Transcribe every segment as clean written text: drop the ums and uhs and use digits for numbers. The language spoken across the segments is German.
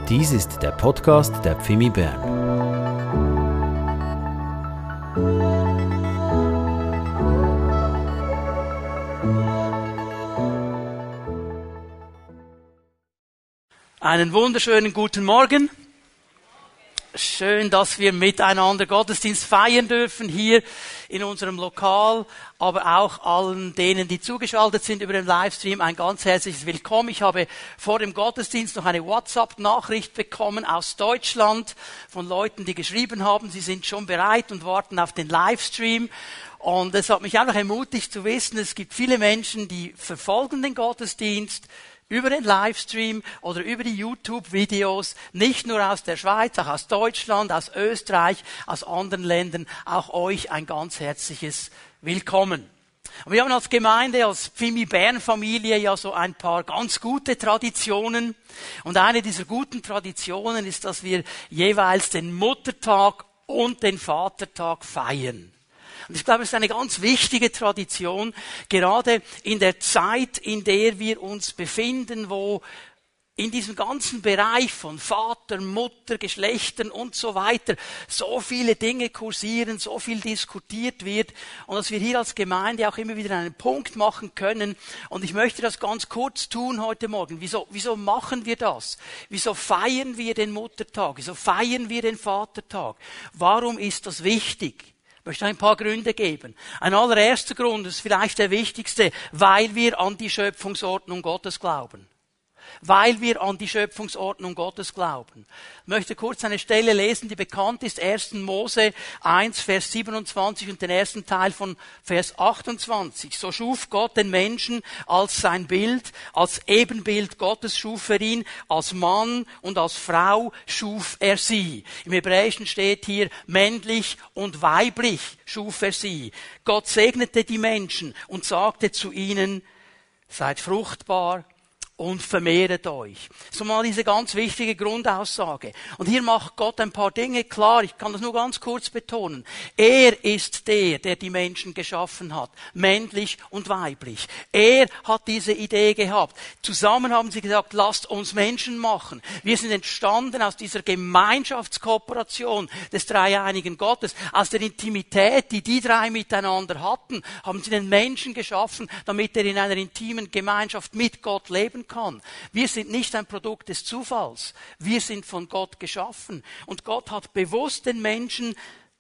Dies ist der Podcast der Pfimi Bern. Einen wunderschönen guten Morgen. Schön, dass wir miteinander Gottesdienst feiern dürfen hier in unserem Lokal, aber auch allen denen, die zugeschaltet sind über den Livestream, ein ganz herzliches Willkommen. Ich habe vor dem Gottesdienst noch eine WhatsApp-Nachricht bekommen aus Deutschland von Leuten, die geschrieben haben, sie sind schon bereit und warten auf den Livestream. Und es hat mich einfach ermutigt zu wissen, es gibt viele Menschen, die verfolgen den Gottesdienst über den Livestream oder über die YouTube-Videos, nicht nur aus der Schweiz, auch aus Deutschland, aus Österreich, aus anderen Ländern, auch euch ein ganz herzliches Willkommen. Und wir haben als Gemeinde, als Pfimi Bern Familie ja so ein paar ganz gute Traditionen. Und eine dieser guten Traditionen ist, dass wir jeweils den Muttertag und den Vatertag feiern. Und ich glaube, es ist eine ganz wichtige Tradition, gerade in der Zeit, in der wir uns befinden, wo in diesem ganzen Bereich von Vater, Mutter, Geschlechtern und so weiter so viele Dinge kursieren, so viel diskutiert wird und dass wir hier als Gemeinde auch immer wieder einen Punkt machen können. Und ich möchte das ganz kurz tun heute Morgen. Wieso machen wir das? Wieso feiern wir den Muttertag? Wieso feiern wir den Vatertag? Warum ist das wichtig? Ich möchte ein paar Gründe geben. Ein allererster Grund ist vielleicht der wichtigste, weil wir an die Schöpfungsordnung Gottes glauben. Weil wir an die Schöpfungsordnung Gottes glauben. Ich möchte kurz eine Stelle lesen, die bekannt ist, 1. Mose 1, Vers 27 und den ersten Teil von Vers 28. So schuf Gott den Menschen als sein Bild, als Ebenbild Gottes schuf er ihn, als Mann und als Frau schuf er sie. Im Hebräischen steht hier männlich und weiblich schuf er sie. Gott segnete die Menschen und sagte zu ihnen, seid fruchtbar und vermehret euch. So mal diese ganz wichtige Grundaussage. Und hier macht Gott ein paar Dinge klar. Ich kann das nur ganz kurz betonen. Er ist der die Menschen geschaffen hat. Männlich und weiblich. Er hat diese Idee gehabt. Zusammen haben sie gesagt, lasst uns Menschen machen. Wir sind entstanden aus dieser Gemeinschaftskooperation des dreieinigen Gottes. Aus der Intimität, die die drei miteinander hatten, haben sie den Menschen geschaffen, damit er in einer intimen Gemeinschaft mit Gott leben kann. Wir sind nicht ein Produkt des Zufalls. Wir sind von Gott geschaffen. Und Gott hat bewusst den Menschen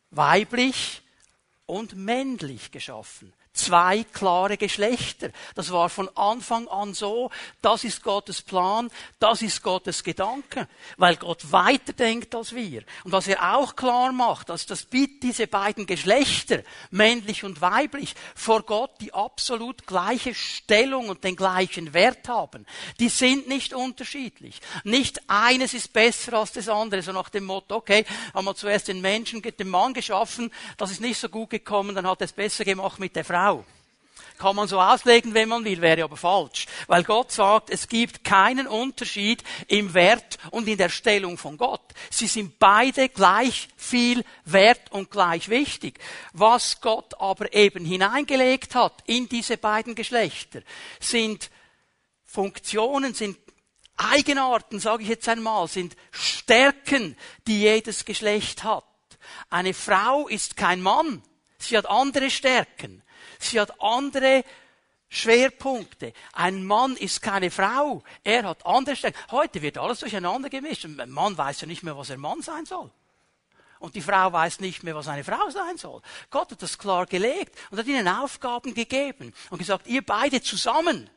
weiblich und männlich geschaffen. Zwei klare Geschlechter. Das war von Anfang an so. Das ist Gottes Plan. Das ist Gottes Gedanke. Weil Gott weiterdenkt als wir. Und was er auch klar macht, dass diese beiden Geschlechter, männlich und weiblich, vor Gott die absolut gleiche Stellung und den gleichen Wert haben. Die sind nicht unterschiedlich. Nicht eines ist besser als das andere. So nach dem Motto, okay, haben wir zuerst den Mann geschaffen, das ist nicht so gut gekommen, dann hat er es besser gemacht mit der Frau. Kann man so auslegen, wenn man will, wäre aber falsch. Weil Gott sagt, es gibt keinen Unterschied im Wert und in der Stellung von Gott. Sie sind beide gleich viel wert und gleich wichtig. Was Gott aber eben hineingelegt hat in diese beiden Geschlechter, sind Funktionen, sind Eigenarten, sage ich jetzt einmal, sind Stärken, die jedes Geschlecht hat. Eine Frau ist kein Mann. Sie hat andere Stärken. Sie hat andere Schwerpunkte. Ein Mann ist keine Frau. Er hat andere Stärken. Heute wird alles durcheinander gemischt. Ein Mann weiß ja nicht mehr, was ein Mann sein soll. Und die Frau weiß nicht mehr, was eine Frau sein soll. Gott hat das klar gelegt und hat ihnen Aufgaben gegeben und gesagt, ihr beide zusammen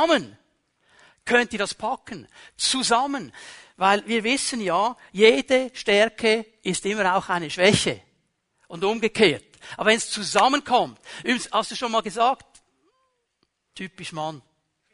könnt ihr das packen. Zusammen. Weil wir wissen ja, jede Stärke ist immer auch eine Schwäche. Und umgekehrt. Aber wenn es zusammenkommt, übrigens, hast du schon mal gesagt, typisch Mann,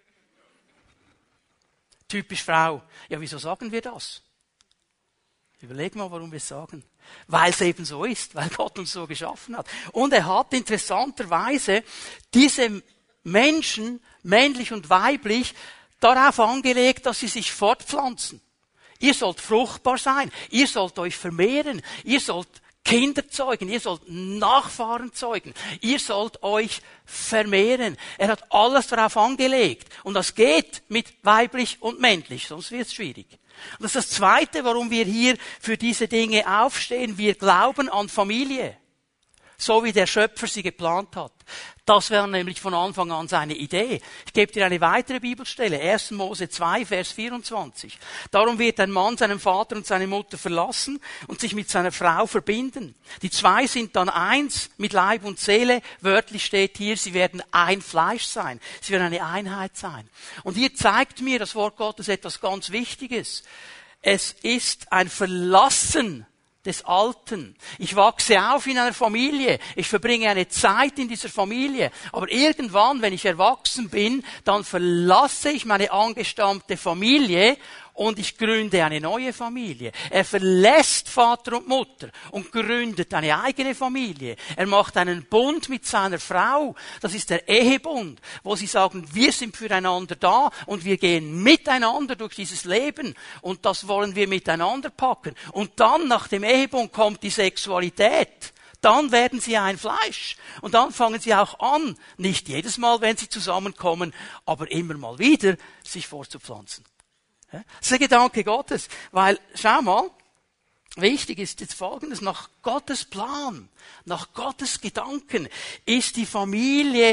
typisch Frau. Ja, wieso sagen wir das? Überleg mal, warum wir es sagen. Weil es eben so ist, weil Gott uns so geschaffen hat. Und er hat interessanterweise diese Menschen, männlich und weiblich, darauf angelegt, dass sie sich fortpflanzen. Ihr sollt fruchtbar sein, ihr sollt euch vermehren, ihr sollt Kinder zeugen, ihr sollt Nachfahren zeugen, ihr sollt euch vermehren. Er hat alles darauf angelegt. Und das geht mit weiblich und männlich, sonst wird es schwierig. Und das ist das Zweite, warum wir hier für diese Dinge aufstehen. Wir glauben an Familie. So wie der Schöpfer sie geplant hat. Das wäre nämlich von Anfang an seine Idee. Ich gebe dir eine weitere Bibelstelle. 1. Mose 2, Vers 24. Darum wird ein Mann seinen Vater und seine Mutter verlassen und sich mit seiner Frau verbinden. Die zwei sind dann eins mit Leib und Seele. Wörtlich steht hier, sie werden ein Fleisch sein. Sie werden eine Einheit sein. Und hier zeigt mir das Wort Gottes etwas ganz Wichtiges. Es ist ein Verlassen des Alten. Ich wachse auf in einer Familie. Ich verbringe eine Zeit in dieser Familie. Aber irgendwann, wenn ich erwachsen bin, dann verlasse ich meine angestammte Familie und ich gründe eine neue Familie. Er verlässt Vater und Mutter und gründet eine eigene Familie. Er macht einen Bund mit seiner Frau. Das ist der Ehebund, wo sie sagen, wir sind füreinander da und wir gehen miteinander durch dieses Leben und das wollen wir miteinander packen. Und dann, nach dem Ehebund, kommt die Sexualität. Dann werden sie ein Fleisch. Und dann fangen sie auch an, nicht jedes Mal, wenn sie zusammenkommen, aber immer mal wieder, sich fortzupflanzen. Das ist der Gedanke Gottes. Weil, schau mal, wichtig ist jetzt Folgendes. Nach Gottes Plan, nach Gottes Gedanken ist die Familie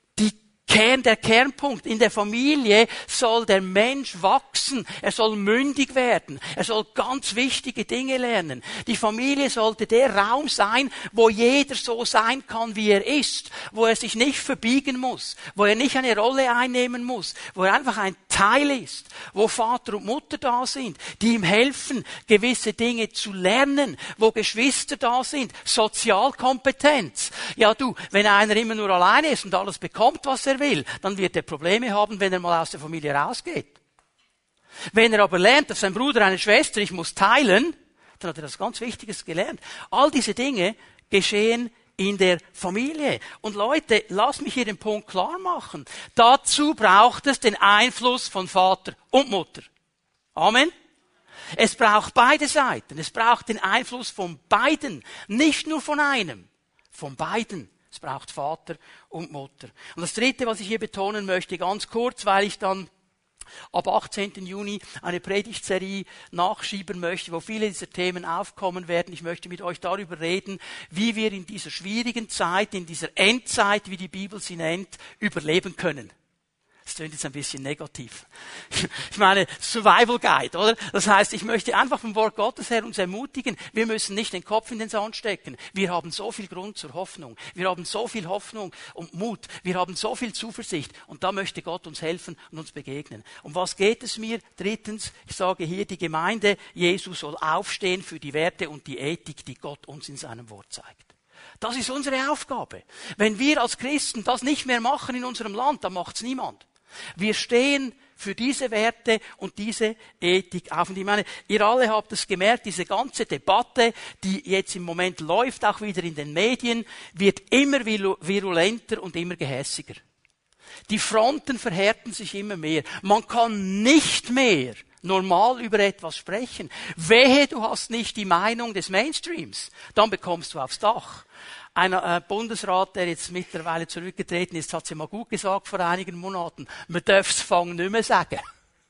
der Kernpunkt. In der Familie soll der Mensch wachsen. Er soll mündig werden. Er soll ganz wichtige Dinge lernen. Die Familie sollte der Raum sein, wo jeder so sein kann, wie er ist. Wo er sich nicht verbiegen muss. Wo er nicht eine Rolle einnehmen muss. Wo er einfach ein Teil ist. Wo Vater und Mutter da sind, die ihm helfen, gewisse Dinge zu lernen. Wo Geschwister da sind. Sozialkompetenz. Ja du, wenn einer immer nur alleine ist und alles bekommt, was er will, dann wird er Probleme haben, wenn er mal aus der Familie rausgeht. Wenn er aber lernt, dass sein Bruder, eine Schwester, ich muss teilen, dann hat er das ganz Wichtiges gelernt. All diese Dinge geschehen in der Familie. Und Leute, lasst mich hier den Punkt klar machen. Dazu braucht es den Einfluss von Vater und Mutter. Amen. Es braucht beide Seiten. Es braucht den Einfluss von beiden. Nicht nur von einem. Von beiden. Es braucht Vater und Mutter. Und das Dritte, was ich hier betonen möchte, ganz kurz, weil ich dann ab 18. Juni eine Predigtserie nachschieben möchte, wo viele dieser Themen aufkommen werden. Ich möchte mit euch darüber reden, wie wir in dieser schwierigen Zeit, in dieser Endzeit, wie die Bibel sie nennt, überleben können. Das klingt jetzt ein bisschen negativ. Ich meine, Survival Guide, oder? Das heißt, ich möchte einfach vom Wort Gottes her uns ermutigen, wir müssen nicht den Kopf in den Sand stecken. Wir haben so viel Grund zur Hoffnung. Wir haben so viel Hoffnung und Mut. Wir haben so viel Zuversicht. Und da möchte Gott uns helfen und uns begegnen. Um was geht es mir? Drittens, ich sage hier, die Gemeinde Jesu soll aufstehen für die Werte und die Ethik, die Gott uns in seinem Wort zeigt. Das ist unsere Aufgabe. Wenn wir als Christen das nicht mehr machen in unserem Land, dann macht's niemand. Wir stehen für diese Werte und diese Ethik auf. Und ich meine, ihr alle habt es gemerkt, diese ganze Debatte, die jetzt im Moment läuft, auch wieder in den Medien, wird immer virulenter und immer gehässiger. Die Fronten verhärten sich immer mehr. Man kann nicht mehr normal über etwas sprechen. Wehe, du hast nicht die Meinung des Mainstreams. Dann bekommst du aufs Dach. Ein Bundesrat, der jetzt mittlerweile zurückgetreten ist, hat es ja mal gut gesagt vor einigen Monaten, man darf es Fang nicht mehr sagen.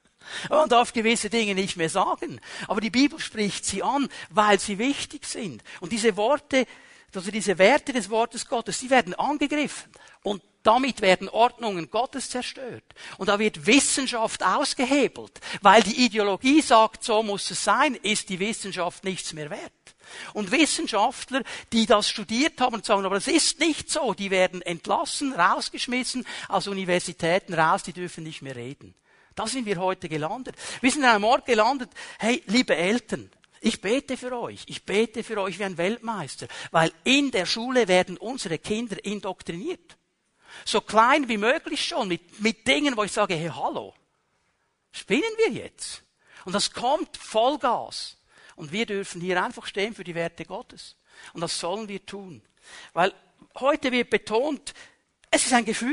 Man darf gewisse Dinge nicht mehr sagen. Aber die Bibel spricht sie an, weil sie wichtig sind. Und diese Worte, also diese Werte des Wortes Gottes, die werden angegriffen. Und damit werden Ordnungen Gottes zerstört. Und da wird Wissenschaft ausgehebelt. Weil die Ideologie sagt, so muss es sein, ist die Wissenschaft nichts mehr wert. Und Wissenschaftler, die das studiert haben und sagen, aber es ist nicht so, die werden entlassen, rausgeschmissen, aus Universitäten raus, die dürfen nicht mehr reden. Da sind wir heute gelandet. Wir sind an einem Ort gelandet, hey, liebe Eltern, ich bete für euch wie ein Weltmeister, weil in der Schule werden unsere Kinder indoktriniert. So klein wie möglich schon, mit Dingen, wo ich sage, hey, hallo, spinnen wir jetzt? Und das kommt Vollgas. Und wir dürfen hier einfach stehen für die Werte Gottes. Und das sollen wir tun. Weil heute wird betont, es ist ein Gefühl.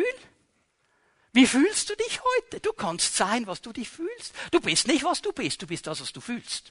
Wie fühlst du dich heute? Du kannst sein, was du dich fühlst. Du bist nicht, was du bist das, was du fühlst.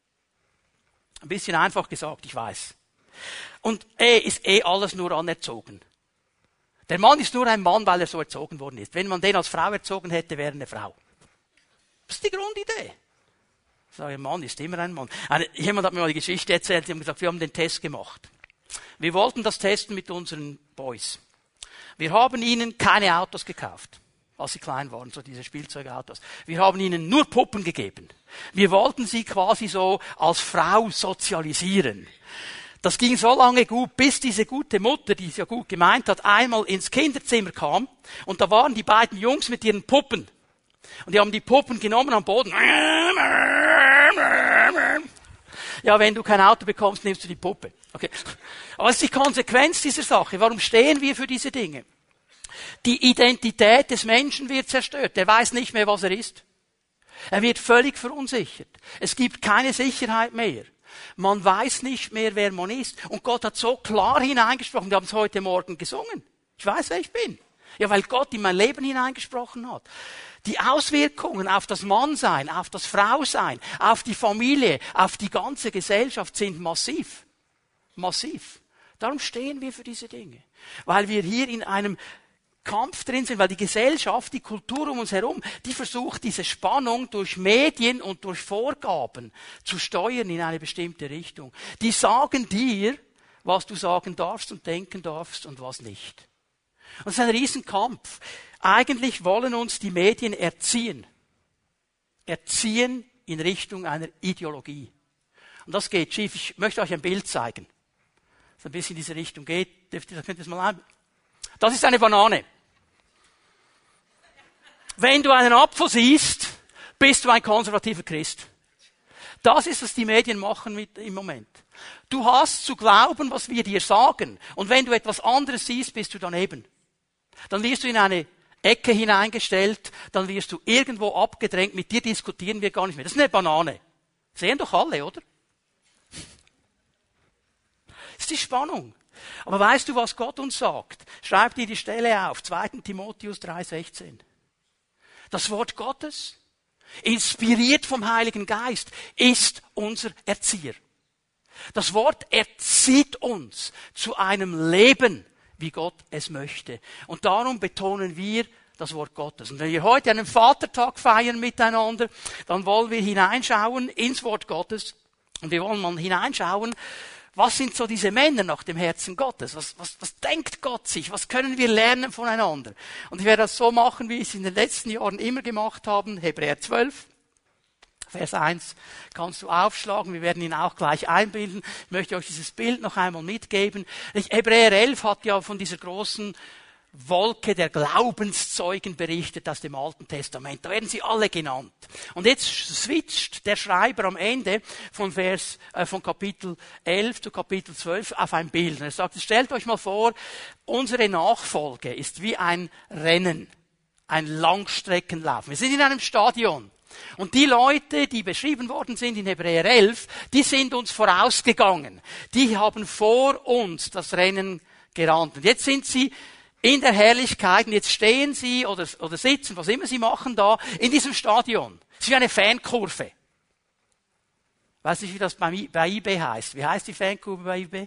Ein bisschen einfach gesagt, ich weiß. Und ist alles nur anerzogen. Der Mann ist nur ein Mann, weil er so erzogen worden ist. Wenn man den als Frau erzogen hätte, wäre er eine Frau. Das ist die Grundidee. Ich sage, ein Mann ist immer ein Mann. Jemand hat mir mal die Geschichte erzählt, die haben gesagt, wir haben den Test gemacht. Wir wollten das testen mit unseren Boys. Wir haben ihnen keine Autos gekauft, als sie klein waren, so diese Spielzeugautos. Wir haben ihnen nur Puppen gegeben. Wir wollten sie quasi so als Frau sozialisieren. Das ging so lange gut, bis diese gute Mutter, die es ja gut gemeint hat, einmal ins Kinderzimmer kam und da waren die beiden Jungs mit ihren Puppen. Und die haben die Puppen genommen am Boden. Ja, wenn du kein Auto bekommst, nimmst du die Puppe. Okay. Aber was ist die Konsequenz dieser Sache? Warum stehen wir für diese Dinge? Die Identität des Menschen wird zerstört. Er weiß nicht mehr, was er ist. Er wird völlig verunsichert. Es gibt keine Sicherheit mehr. Man weiß nicht mehr, wer man ist. Und Gott hat so klar hineingesprochen. Wir haben es heute Morgen gesungen. Ich weiß, wer ich bin. Ja, weil Gott in mein Leben hineingesprochen hat. Die Auswirkungen auf das Mannsein, auf das Frausein, auf die Familie, auf die ganze Gesellschaft sind massiv. Massiv. Darum stehen wir für diese Dinge. Weil wir hier in einem Kampf drin sind, weil die Gesellschaft, die Kultur um uns herum, die versucht, diese Spannung durch Medien und durch Vorgaben zu steuern in eine bestimmte Richtung. Die sagen dir, was du sagen darfst und denken darfst und was nicht. Und das ist ein Riesenkampf. Eigentlich wollen uns die Medien erziehen. Erziehen in Richtung einer Ideologie. Und das geht schief. Ich möchte euch ein Bild zeigen, das ein bisschen in diese Richtung geht. Könnt ihr das mal ein? Das ist eine Banane. Wenn du einen Apfel siehst, bist du ein konservativer Christ. Das ist, was die Medien machen im Moment. Du hast zu glauben, was wir dir sagen. Und wenn du etwas anderes siehst, bist du daneben. Dann wirst du in eine Ecke hineingestellt, dann wirst du irgendwo abgedrängt, mit dir diskutieren wir gar nicht mehr. Das ist eine Banane. Sehen doch alle, oder? Das ist die Spannung. Aber weißt du, was Gott uns sagt? Schreib dir die Stelle auf, 2. Timotheus 3,16. Das Wort Gottes, inspiriert vom Heiligen Geist, ist unser Erzieher. Das Wort erzieht uns zu einem Leben, wie Gott es möchte. Und darum betonen wir das Wort Gottes. Und wenn wir heute einen Vatertag feiern miteinander, dann wollen wir hineinschauen ins Wort Gottes. Und wir wollen mal hineinschauen, was sind so diese Männer nach dem Herzen Gottes? Was denkt Gott sich? Was können wir lernen voneinander? Und ich werde das so machen, wie ich es in den letzten Jahren immer gemacht habe. Hebräer 12, Vers 1 kannst du aufschlagen. Wir werden ihn auch gleich einbilden. Ich möchte euch dieses Bild noch einmal mitgeben. Hebräer 11 hat ja von dieser großen Wolke der Glaubenszeugen berichtet aus dem Alten Testament. Da werden sie alle genannt. Und jetzt switcht der Schreiber am Ende von Kapitel 11 zu Kapitel 12 auf ein Bild. Und er sagt, stellt euch mal vor, unsere Nachfolge ist wie ein Rennen, ein Langstreckenlauf. Wir sind in einem Stadion. Und die Leute, die beschrieben worden sind in Hebräer 11, die sind uns vorausgegangen. Die haben vor uns das Rennen gerannt. Und jetzt sind sie in der Herrlichkeit, und jetzt stehen sie oder sitzen, was immer sie machen da, in diesem Stadion. Es ist wie eine Fankurve. Weiß nicht, wie das bei IB heißt. Wie heißt die Fankurve bei IB?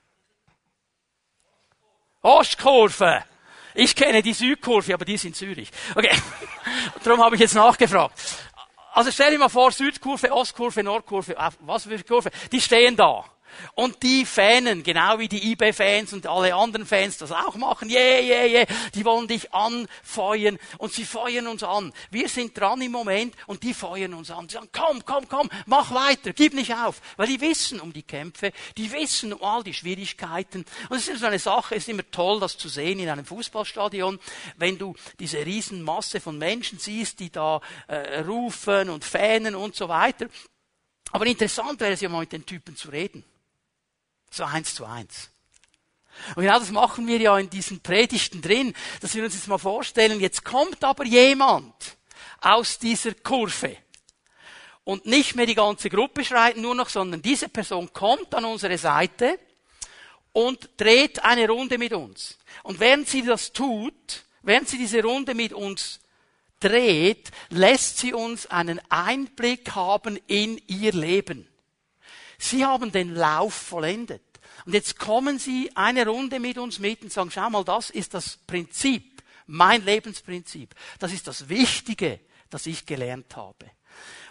Ostkurve. Ich kenne die Südkurve, aber die ist in Zürich. Okay. Darum habe ich jetzt nachgefragt. Also stell dir mal vor, Südkurve, Ostkurve, Nordkurve, was für eine Kurve, die stehen da. Und die Fänen, genau wie die IB-Fans und alle anderen Fans das auch machen, die wollen dich anfeuern und sie feuern uns an. Wir sind dran im Moment und die feuern uns an. Sie sagen, komm, mach weiter, gib nicht auf. Weil die wissen um die Kämpfe, die wissen um all die Schwierigkeiten. Und es ist so eine Sache, es ist immer toll, das zu sehen in einem Fußballstadion, wenn du diese Riesenmasse von Menschen siehst, die da rufen und fähnen und so weiter. Aber interessant wäre es ja mal mit den Typen zu reden. So 1:1. Und genau das machen wir ja in diesen Predigten drin, dass wir uns jetzt mal vorstellen, jetzt kommt aber jemand aus dieser Kurve. Und nicht mehr die ganze Gruppe schreit nur noch, sondern diese Person kommt an unsere Seite und dreht eine Runde mit uns. Und während sie das tut, während sie diese Runde mit uns dreht, lässt sie uns einen Einblick haben in ihr Leben. Sie haben den Lauf vollendet. Und jetzt kommen sie eine Runde mit uns mit und sagen, schau mal, das ist das Prinzip, mein Lebensprinzip. Das ist das Wichtige, das ich gelernt habe.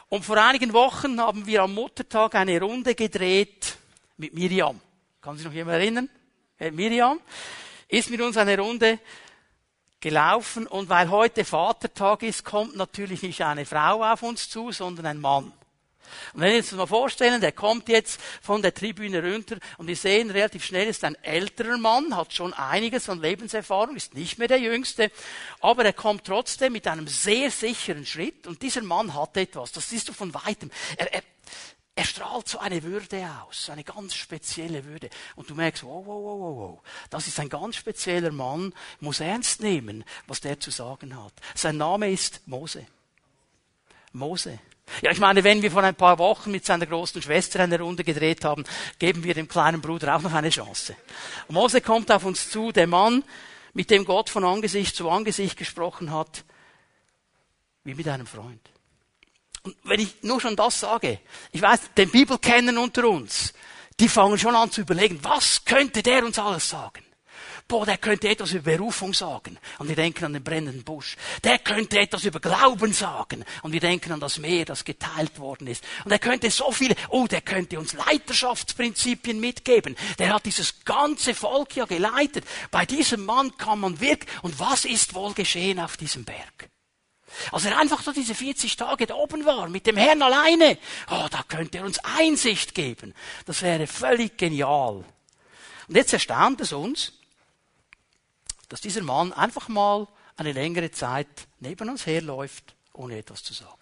Und vor einigen Wochen haben wir am Muttertag eine Runde gedreht mit Miriam. Kann sich noch jemand erinnern? Miriam ist mit uns eine Runde gelaufen und weil heute Vatertag ist, kommt natürlich nicht eine Frau auf uns zu, sondern ein Mann. Und wenn wir uns mal vorstellen, der kommt jetzt von der Tribüne runter und wir sehen relativ schnell, ist ein älterer Mann, hat schon einiges an Lebenserfahrung, ist nicht mehr der Jüngste, aber er kommt trotzdem mit einem sehr sicheren Schritt und dieser Mann hat etwas, das siehst du von Weitem. Er strahlt so eine Würde aus, eine ganz spezielle Würde. Und du merkst, wow, das ist ein ganz spezieller Mann, muss ernst nehmen, was der zu sagen hat. Sein Name ist Mose. Mose. Ja, ich meine, wenn wir vor ein paar Wochen mit seiner großen Schwester eine Runde gedreht haben, geben wir dem kleinen Bruder auch noch eine Chance. Und Mose kommt auf uns zu, der Mann, mit dem Gott von Angesicht zu Angesicht gesprochen hat, wie mit einem Freund. Und wenn ich nur schon das sage, ich weiß, den Bibelkenner unter uns, die fangen schon an zu überlegen, was könnte der uns alles sagen? Boah, der könnte etwas über Berufung sagen. Und wir denken an den brennenden Busch. Der könnte etwas über Glauben sagen. Und wir denken an das Meer, das geteilt worden ist. Und er könnte so viele, der könnte uns Leiterschaftsprinzipien mitgeben. Der hat dieses ganze Volk ja geleitet. Bei diesem Mann kann man wirklich, und was ist wohl geschehen auf diesem Berg? Als er einfach so diese 40 Tage da oben war, mit dem Herrn alleine, da könnte er uns Einsicht geben. Das wäre völlig genial. Und jetzt erstaunt es uns, dass dieser Mann einfach mal eine längere Zeit neben uns herläuft, ohne etwas zu sagen.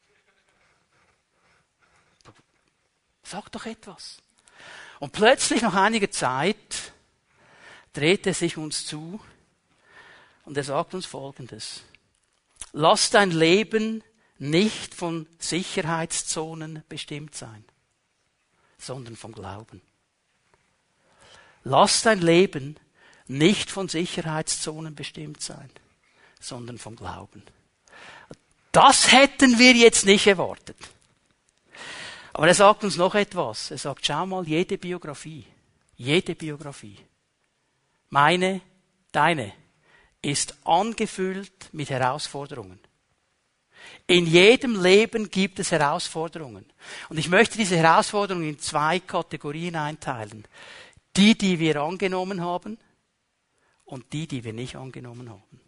Sag doch etwas. Und plötzlich nach einiger Zeit dreht er sich uns zu und er sagt uns Folgendes. Lass dein Leben nicht von Sicherheitszonen bestimmt sein, sondern vom Glauben. Lass dein Leben nicht von Sicherheitszonen bestimmt sein, sondern vom Glauben. Das hätten wir jetzt nicht erwartet. Aber er sagt uns noch etwas. Er sagt, schau mal, jede Biografie, meine, deine, ist angefüllt mit Herausforderungen. In jedem Leben gibt es Herausforderungen. Und ich möchte diese Herausforderungen in 2 Kategorien einteilen. Die wir angenommen haben, und die wir nicht angenommen haben.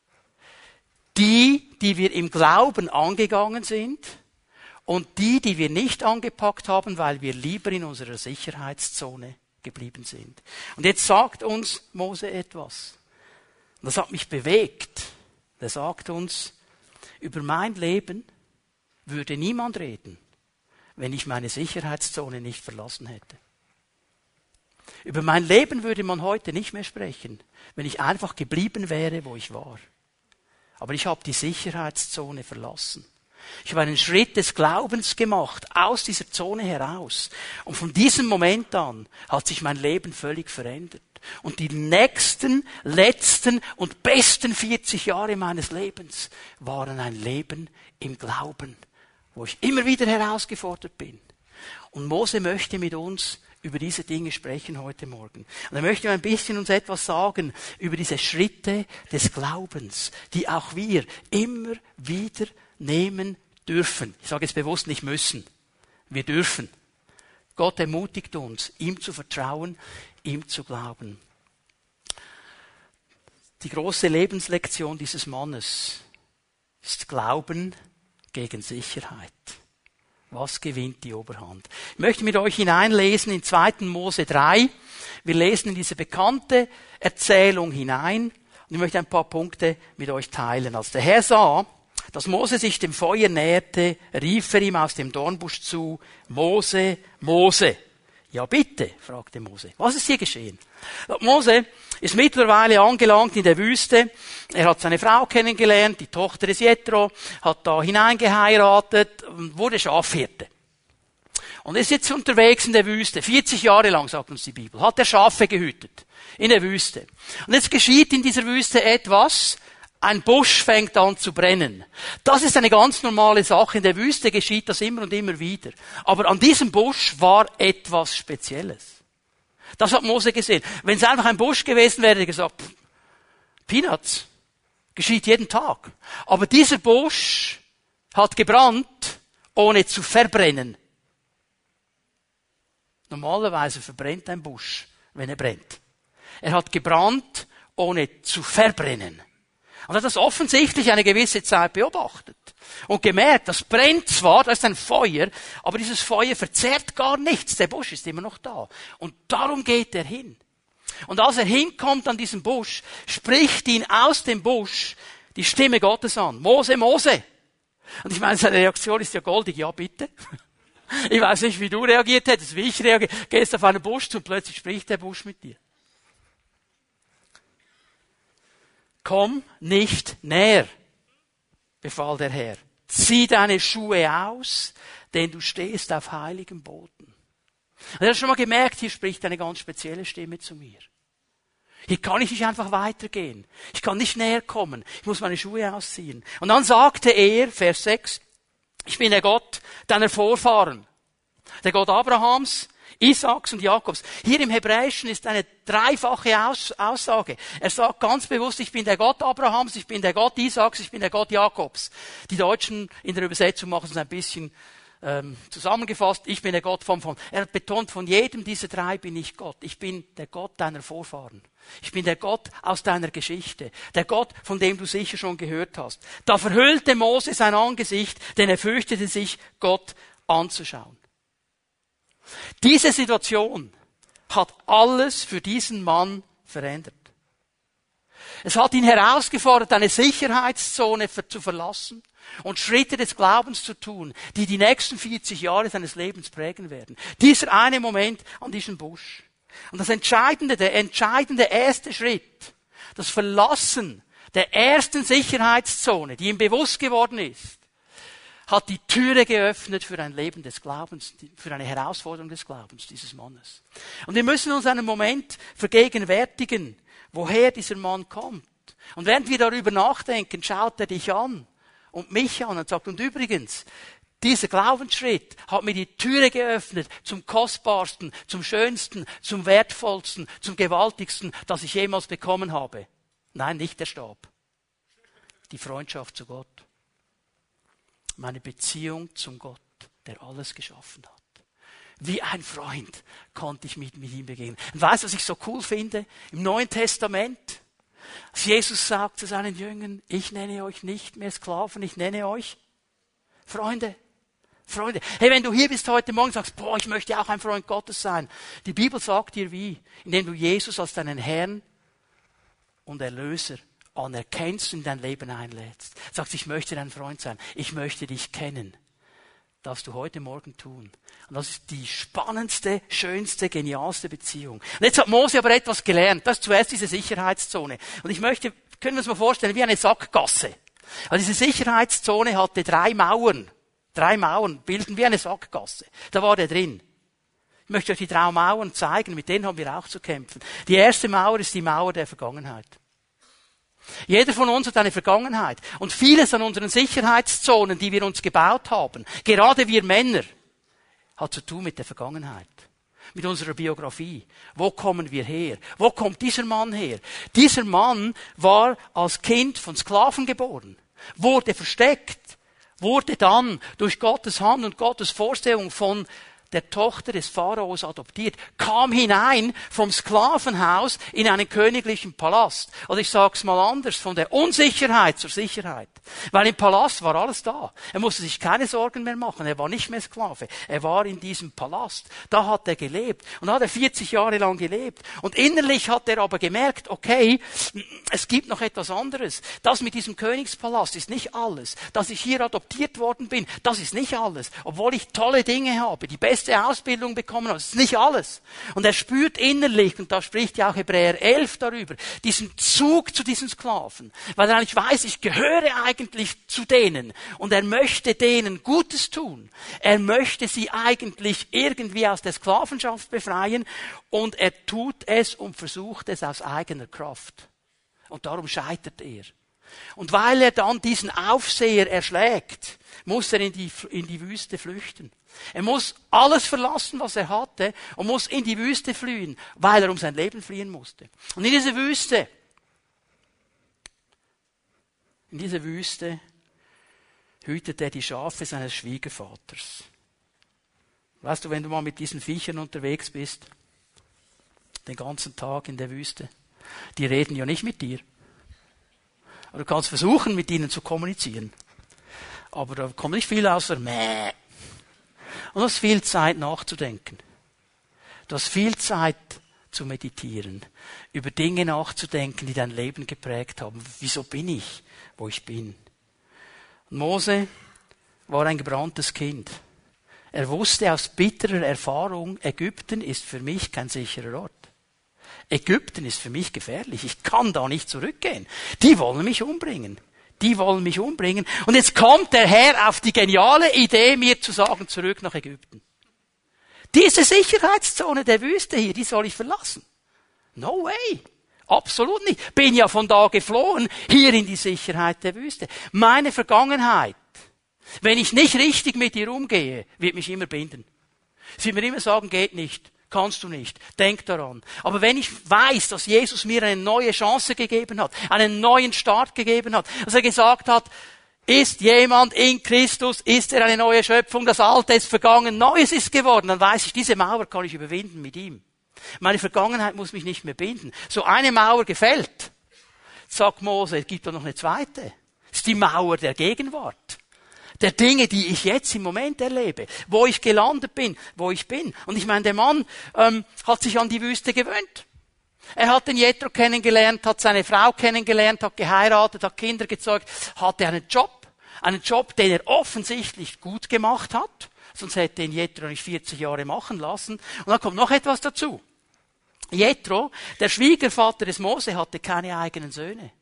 Die wir im Glauben angegangen sind und die wir nicht angepackt haben, weil wir lieber in unserer Sicherheitszone geblieben sind. Und jetzt sagt uns Mose etwas. Und das hat mich bewegt. Er sagt uns, über mein Leben würde niemand reden, wenn ich meine Sicherheitszone nicht verlassen hätte. Über mein Leben würde man heute nicht mehr sprechen, wenn ich einfach geblieben wäre, wo ich war. Aber ich habe die Sicherheitszone verlassen. Ich habe einen Schritt des Glaubens gemacht, aus dieser Zone heraus. Und von diesem Moment an hat sich mein Leben völlig verändert. Und die nächsten, letzten und besten 40 Jahre meines Lebens waren ein Leben im Glauben, wo ich immer wieder herausgefordert bin. Und Mose möchte mit uns über diese Dinge sprechen heute Morgen. Und er möchte ein bisschen uns etwas sagen über diese Schritte des Glaubens, die auch wir immer wieder nehmen dürfen. Ich sage jetzt bewusst nicht müssen. Wir dürfen. Gott ermutigt uns, ihm zu vertrauen, ihm zu glauben. Die große Lebenslektion dieses Mannes ist Glauben gegen Sicherheit. Was gewinnt die Oberhand? Ich möchte mit euch hineinlesen in 2. Mose 3. Wir lesen in diese bekannte Erzählung hinein. Und ich möchte ein paar Punkte mit euch teilen. Als der Herr sah, dass Mose sich dem Feuer näherte, rief er ihm aus dem Dornbusch zu, Mose, Mose. Ja bitte, fragte Mose. Was ist hier geschehen? Mose ist mittlerweile angelangt in der Wüste. Er hat seine Frau kennengelernt, die Tochter des Jethro, hat da hineingeheiratet und wurde Schafhirte. Und ist jetzt unterwegs in der Wüste. 40 Jahre lang, sagt uns die Bibel, hat er Schafe gehütet. In der Wüste. Und jetzt geschieht in dieser Wüste etwas. Ein Busch fängt an zu brennen. Das ist eine ganz normale Sache. In der Wüste geschieht das immer und immer wieder. Aber an diesem Busch war etwas Spezielles. Das hat Mose gesehen. Wenn es einfach ein Busch gewesen wäre, hätte er gesagt, Peanuts, geschieht jeden Tag. Aber dieser Busch hat gebrannt ohne zu verbrennen. Normalerweise verbrennt ein Busch, wenn er brennt. Er hat gebrannt, ohne zu verbrennen. Und er hat das offensichtlich eine gewisse Zeit beobachtet. Und gemerkt, das brennt zwar, da ist ein Feuer, aber dieses Feuer verzehrt gar nichts. Der Busch ist immer noch da. Und darum geht er hin. Und als er hinkommt an diesen Busch, spricht ihn aus dem Busch die Stimme Gottes an. Mose, Mose. Und ich meine, seine Reaktion ist ja goldig. Ja, bitte. Ich weiß nicht, wie du reagiert hättest, wie ich reagiere. Gehst auf einen Busch zu und plötzlich spricht der Busch mit dir. Komm nicht näher, befahl der Herr. Zieh deine Schuhe aus, denn du stehst auf heiligem Boden. Und er hat schon mal gemerkt, hier spricht eine ganz spezielle Stimme zu mir. Hier kann ich nicht einfach weitergehen. Ich kann nicht näher kommen. Ich muss meine Schuhe ausziehen. Und dann sagte er, Vers 6, ich bin der Gott deiner Vorfahren. Der Gott Abrahams, Isaaks und Jakobs. Hier im Hebräischen ist eine dreifache Aussage. Er sagt ganz bewusst, ich bin der Gott Abrahams, ich bin der Gott Isaaks, ich bin der Gott Jakobs. Die Deutschen in der Übersetzung machen es ein bisschen zusammengefasst, ich bin der Gott von. Er hat betont, von jedem dieser drei bin ich Gott. Ich bin der Gott deiner Vorfahren. Ich bin der Gott aus deiner Geschichte. Der Gott, von dem du sicher schon gehört hast. Da verhüllte Mose sein Angesicht, denn er fürchtete sich, Gott anzuschauen. Diese Situation hat alles für diesen Mann verändert. Es hat ihn herausgefordert, eine Sicherheitszone zu verlassen und Schritte des Glaubens zu tun, die die nächsten 40 Jahre seines Lebens prägen werden. Dieser eine Moment an diesem Busch. Und der entscheidende erste Schritt, das Verlassen der ersten Sicherheitszone, die ihm bewusst geworden ist, hat die Türe geöffnet für ein Leben des Glaubens, für eine Herausforderung des Glaubens dieses Mannes. Und wir müssen uns einen Moment vergegenwärtigen, woher dieser Mann kommt. Und während wir darüber nachdenken, schaut er dich an und mich an und sagt, und übrigens, dieser Glaubensschritt hat mir die Türe geöffnet zum Kostbarsten, zum Schönsten, zum Wertvollsten, zum Gewaltigsten, das ich jemals bekommen habe. Nein, nicht der Stab. Die Freundschaft zu Gott. Meine Beziehung zum Gott, der alles geschaffen hat. Wie ein Freund konnte ich mit ihm begegnen. Und weißt du, was ich so cool finde? Im Neuen Testament, als Jesus sagt zu seinen Jüngern, ich nenne euch nicht mehr Sklaven, ich nenne euch Freunde. Freunde. Hey, wenn du hier bist heute Morgen und sagst, boah, ich möchte auch ein Freund Gottes sein. Die Bibel sagt dir wie, indem du Jesus als deinen Herrn und Erlöser anerkennst und in dein Leben einlädst. Sagst, ich möchte dein Freund sein. Ich möchte dich kennen. Darfst du heute Morgen tun. Und das ist die spannendste, schönste, genialste Beziehung. Und jetzt hat Mose aber etwas gelernt. Das ist zuerst diese Sicherheitszone. Und ich möchte, können wir uns mal vorstellen, wie eine Sackgasse. Also diese Sicherheitszone hatte 3 Mauern. 3 Mauern bilden wie eine Sackgasse. Da war der drin. Ich möchte euch die 3 Mauern zeigen, mit denen haben wir auch zu kämpfen. Die erste Mauer ist die Mauer der Vergangenheit. Jeder von uns hat eine Vergangenheit. Und vieles an unseren Sicherheitszonen, die wir uns gebaut haben, gerade wir Männer, hat zu tun mit der Vergangenheit. Mit unserer Biografie. Wo kommen wir her? Wo kommt dieser Mann her? Dieser Mann war als Kind von Sklaven geboren, wurde versteckt, wurde dann durch Gottes Hand und Gottes Vorsehung von der Tochter des Pharaos adoptiert, kam hinein vom Sklavenhaus in einen königlichen Palast. Oder ich sag's mal anders, von der Unsicherheit zur Sicherheit. Weil im Palast war alles da. Er musste sich keine Sorgen mehr machen. Er war nicht mehr Sklave. Er war in diesem Palast. Da hat er gelebt. Und da hat er 40 Jahre lang gelebt. Und innerlich hat er aber gemerkt, okay, es gibt noch etwas anderes. Das mit diesem Königspalast ist nicht alles. Dass ich hier adoptiert worden bin, das ist nicht alles. Obwohl ich tolle Dinge habe, die beste Ausbildung bekommen habe, das ist nicht alles. Und er spürt innerlich, und da spricht ja auch Hebräer 11 darüber, diesen Zug zu diesen Sklaven. Weil er eigentlich weiß, ich gehöre eigentlich zu denen. Und er möchte denen Gutes tun. Er möchte sie eigentlich irgendwie aus der Sklavenschaft befreien. Und er tut es und versucht es aus eigener Kraft. Und darum scheitert er. Und weil er dann diesen Aufseher erschlägt, muss er in die Wüste flüchten. Er muss alles verlassen, was er hatte, und muss in die Wüste fliehen, weil er um sein Leben fliehen musste. Und in dieser Wüste hütet er die Schafe seines Schwiegervaters. Weißt du, wenn du mal mit diesen Viechern unterwegs bist, den ganzen Tag in der Wüste, die reden ja nicht mit dir. Du kannst versuchen, mit ihnen zu kommunizieren. Aber da kommt nicht viel außer Mäh. Und du hast viel Zeit nachzudenken. Du hast viel Zeit zu meditieren, über Dinge nachzudenken, die dein Leben geprägt haben. Wieso bin ich, wo ich bin? Und Mose war ein gebranntes Kind. Er wusste aus bitterer Erfahrung, Ägypten ist für mich kein sicherer Ort. Ägypten ist für mich gefährlich. Ich kann da nicht zurückgehen. Die wollen mich umbringen. Die wollen mich umbringen. Und jetzt kommt der Herr auf die geniale Idee, mir zu sagen, zurück nach Ägypten. Diese Sicherheitszone der Wüste hier, die soll ich verlassen. No way. Absolut nicht. Bin ja von da geflohen, hier in die Sicherheit der Wüste. Meine Vergangenheit, wenn ich nicht richtig mit ihr umgehe, wird mich immer binden. Sie wird mir immer sagen, geht nicht, kannst du nicht, denk daran. Aber wenn ich weiß, dass Jesus mir eine neue Chance gegeben hat, einen neuen Start gegeben hat, dass er gesagt hat, ist jemand in Christus, ist er eine neue Schöpfung, das Alte ist vergangen, Neues ist geworden, dann weiß ich, diese Mauer kann ich überwinden mit ihm. Meine Vergangenheit muss mich nicht mehr binden. So eine Mauer gefällt, sagt Mose, es gibt doch noch eine zweite. Das ist die Mauer der Gegenwart. Der Dinge, die ich jetzt im Moment erlebe, wo ich gelandet bin, wo ich bin. Und ich meine, der Mann hat sich an die Wüste gewöhnt. Er hat den Jethro kennengelernt, hat seine Frau kennengelernt, hat geheiratet, hat Kinder gezeugt, hatte einen Job, den er offensichtlich gut gemacht hat, sonst hätte ihn Jethro nicht 40 Jahre machen lassen. Und dann kommt noch etwas dazu. Jethro, der Schwiegervater des Mose, hatte keine eigenen Söhne.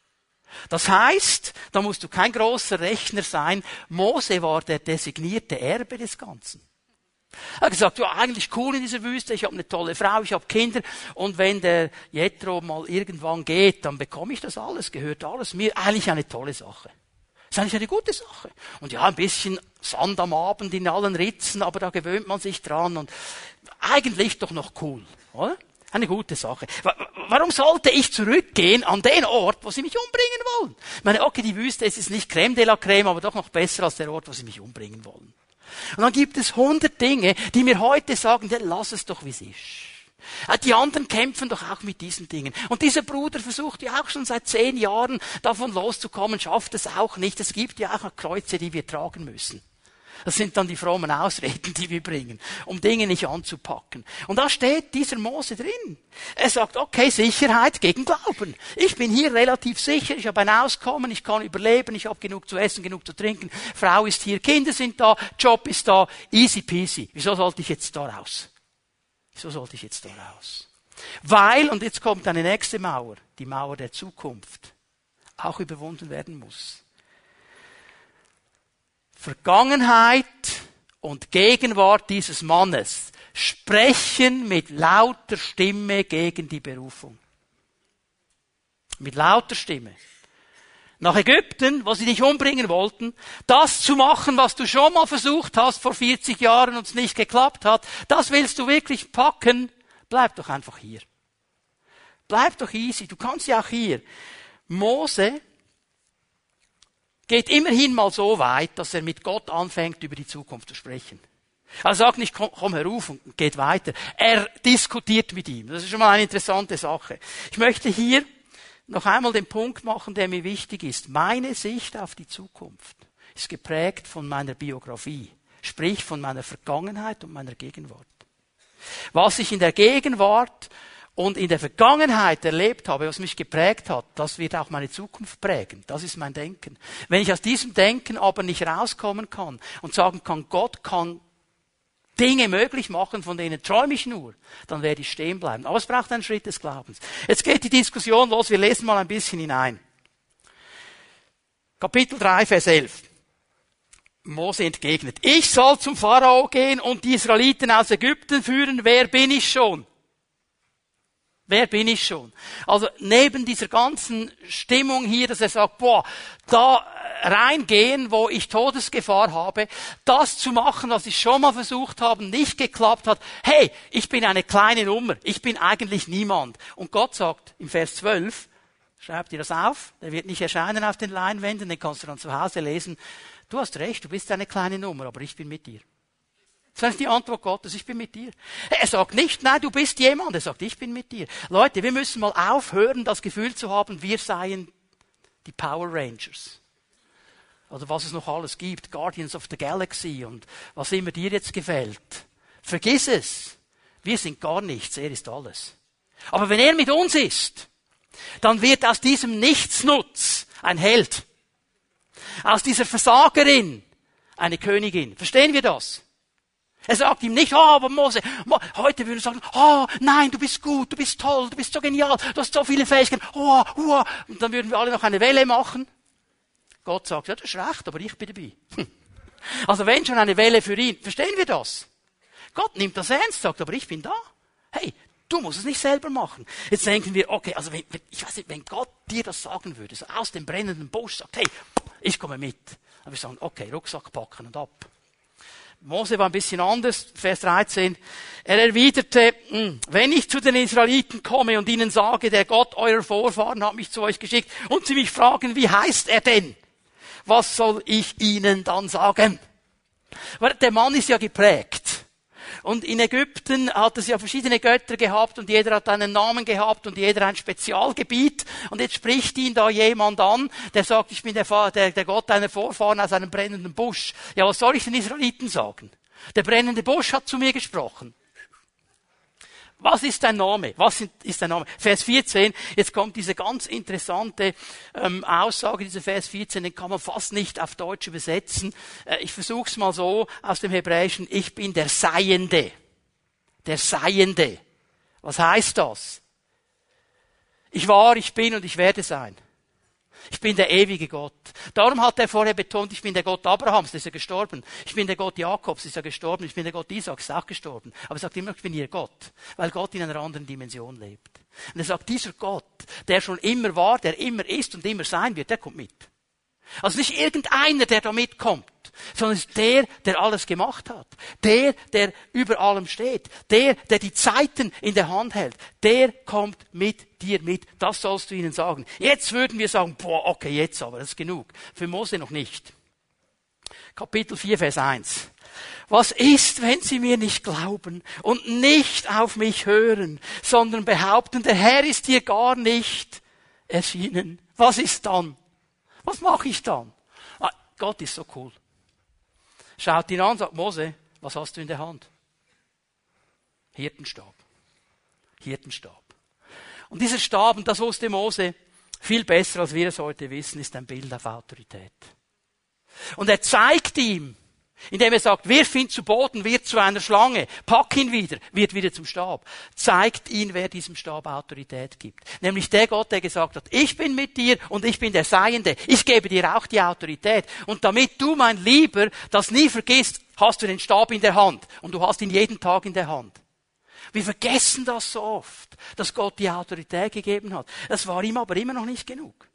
Das heißt, da musst du kein großer Rechner sein, Mose war der designierte Erbe des Ganzen. Er hat gesagt, ja, eigentlich cool in dieser Wüste, ich habe eine tolle Frau, ich habe Kinder und wenn der Jethro mal irgendwann geht, dann bekomme ich das alles, gehört alles mir. Eigentlich eine tolle Sache. Das ist eigentlich eine gute Sache. Und ja, ein bisschen Sand am Abend in allen Ritzen, aber da gewöhnt man sich dran und eigentlich doch noch cool, oder? Eine gute Sache. Warum sollte ich zurückgehen an den Ort, wo sie mich umbringen wollen? Ich meine, okay, die Wüste, es ist nicht Crème de la Crème, aber doch noch besser als der Ort, wo sie mich umbringen wollen. Und dann gibt es 100 Dinge, die mir heute sagen, ja, lass es doch, wie es ist. Die anderen kämpfen doch auch mit diesen Dingen. Und dieser Bruder versucht ja auch schon seit 10 Jahren davon loszukommen, schafft es auch nicht. Es gibt ja auch noch Kreuze, die wir tragen müssen. Das sind dann die frommen Ausreden, die wir bringen, um Dinge nicht anzupacken. Und da steht dieser Mose drin. Er sagt, okay, Sicherheit gegen Glauben. Ich bin hier relativ sicher, ich habe ein Auskommen, ich kann überleben, ich habe genug zu essen, genug zu trinken, Frau ist hier, Kinder sind da, Job ist da, easy peasy. Wieso sollte ich jetzt da raus? Weil, und jetzt kommt eine nächste Mauer, die Mauer der Zukunft, auch überwunden werden muss. Vergangenheit und Gegenwart dieses Mannes sprechen mit lauter Stimme gegen die Berufung. Mit lauter Stimme. Nach Ägypten, wo sie dich umbringen wollten, das zu machen, was du schon mal versucht hast vor 40 Jahren und es nicht geklappt hat, das willst du wirklich packen, bleib doch einfach hier. Bleib doch easy, du kannst ja auch hier. Mose geht immerhin mal so weit, dass er mit Gott anfängt, über die Zukunft zu sprechen. Er sagt nicht, komm heruf und geht weiter. Er diskutiert mit ihm. Das ist schon mal eine interessante Sache. Ich möchte hier noch einmal den Punkt machen, der mir wichtig ist. Meine Sicht auf die Zukunft ist geprägt von meiner Biografie, sprich von meiner Vergangenheit und meiner Gegenwart. Was ich in der Gegenwart und in der Vergangenheit erlebt habe, was mich geprägt hat, das wird auch meine Zukunft prägen. Das ist mein Denken. Wenn ich aus diesem Denken aber nicht rauskommen kann und sagen kann, Gott kann Dinge möglich machen, von denen träume ich nur, dann werde ich stehen bleiben. Aber es braucht einen Schritt des Glaubens. Jetzt geht die Diskussion los. Wir lesen mal ein bisschen hinein. Kapitel 3, Vers 11. Mose entgegnet, ich soll zum Pharao gehen und die Israeliten aus Ägypten führen. Wer bin ich schon? Wer bin ich schon? Also neben dieser ganzen Stimmung hier, dass er sagt, da reingehen, wo ich Todesgefahr habe, das zu machen, was ich schon mal versucht habe, nicht geklappt hat. Hey, ich bin eine kleine Nummer, ich bin eigentlich niemand. Und Gott sagt im Vers 12, schreib dir das auf, der wird nicht erscheinen auf den Leinwänden, den kannst du dann zu Hause lesen, du hast recht, du bist eine kleine Nummer, aber ich bin mit dir. Das ist die Antwort Gottes, ich bin mit dir. Er sagt nicht, nein, du bist jemand, er sagt, ich bin mit dir. Leute, wir müssen mal aufhören, das Gefühl zu haben, wir seien die Power Rangers. Oder was es noch alles gibt, Guardians of the Galaxy und was immer dir jetzt gefällt. Vergiss es. Wir sind gar nichts, er ist alles. Aber wenn er mit uns ist, dann wird aus diesem Nichtsnutz ein Held. Aus dieser Versagerin eine Königin. Verstehen wir das? Er sagt ihm nicht, aber Mose, heute würden wir sagen, nein, du bist gut, du bist toll, du bist so genial, du hast so viele Fähigkeiten, und dann würden wir alle noch eine Welle machen. Gott sagt, ja, das ist recht, aber ich bin dabei. Also wenn schon eine Welle für ihn, verstehen wir das? Gott nimmt das ernst, sagt, aber ich bin da. Hey, du musst es nicht selber machen. Jetzt denken wir, okay, also ich weiß nicht, wenn Gott dir das sagen würde, so aus dem brennenden Busch sagt, hey, ich komme mit. Dann wir sagen, okay, Rucksack packen und ab. Mose war ein bisschen anders, Vers 13. Er erwiderte, wenn ich zu den Israeliten komme und ihnen sage, der Gott eurer Vorfahren hat mich zu euch geschickt und sie mich fragen, wie heißt er denn? Was soll ich ihnen dann sagen? Der Mann ist ja geprägt. Und in Ägypten hat es ja verschiedene Götter gehabt und jeder hat einen Namen gehabt und jeder ein Spezialgebiet. Und jetzt spricht ihn da jemand an, der sagt, ich bin der Gott deiner Vorfahren aus einem brennenden Busch. Ja, was soll ich den Israeliten sagen? Der brennende Busch hat zu mir gesprochen. Was ist dein Name? Was ist dein Name? Vers 14, jetzt kommt diese ganz interessante Aussage, dieser Vers 14, den kann man fast nicht auf Deutsch übersetzen. Ich versuch's mal so aus dem Hebräischen, ich bin der Seiende. Der Seiende. Was heißt das? Ich war, ich bin und ich werde sein. Ich bin der ewige Gott. Darum hat er vorher betont, ich bin der Gott Abrahams, der ist ja gestorben. Ich bin der Gott Jakobs, der ist ja gestorben. Ich bin der Gott Isaaks, ist auch gestorben. Aber er sagt immer, ich bin ihr Gott, weil Gott in einer anderen Dimension lebt. Und er sagt, dieser Gott, der schon immer war, der immer ist und immer sein wird, der kommt mit. Also nicht irgendeiner, der da mitkommt, sondern es ist der alles gemacht hat. Der über allem steht. Der die Zeiten in der Hand hält. Der kommt mit dir mit. Das sollst du ihnen sagen. Jetzt würden wir sagen, okay, jetzt aber, das ist genug. Für Mose noch nicht. Kapitel 4, Vers 1. Was ist, wenn sie mir nicht glauben und nicht auf mich hören, sondern behaupten, der Herr ist hier gar nicht erschienen? Was ist dann? Was mache ich dann? Gott ist so cool. Schaut ihn an, sagt Mose, was hast du in der Hand? Hirtenstab. Hirtenstab. Und dieser Stab, und das wusste Mose viel besser, als wir es heute wissen, ist ein Bild auf Autorität. Und er zeigt ihm, indem er sagt, wirf ihn zu Boden, wird zu einer Schlange, pack ihn wieder, wird wieder zum Stab. Zeigt ihn, wer diesem Stab Autorität gibt. Nämlich der Gott, der gesagt hat, ich bin mit dir und ich bin der Seiende. Ich gebe dir auch die Autorität. Und damit du, mein Lieber, das nie vergisst, hast du den Stab in der Hand. Und du hast ihn jeden Tag in der Hand. Wir vergessen das so oft, dass Gott die Autorität gegeben hat. Das war ihm aber immer noch nicht genug.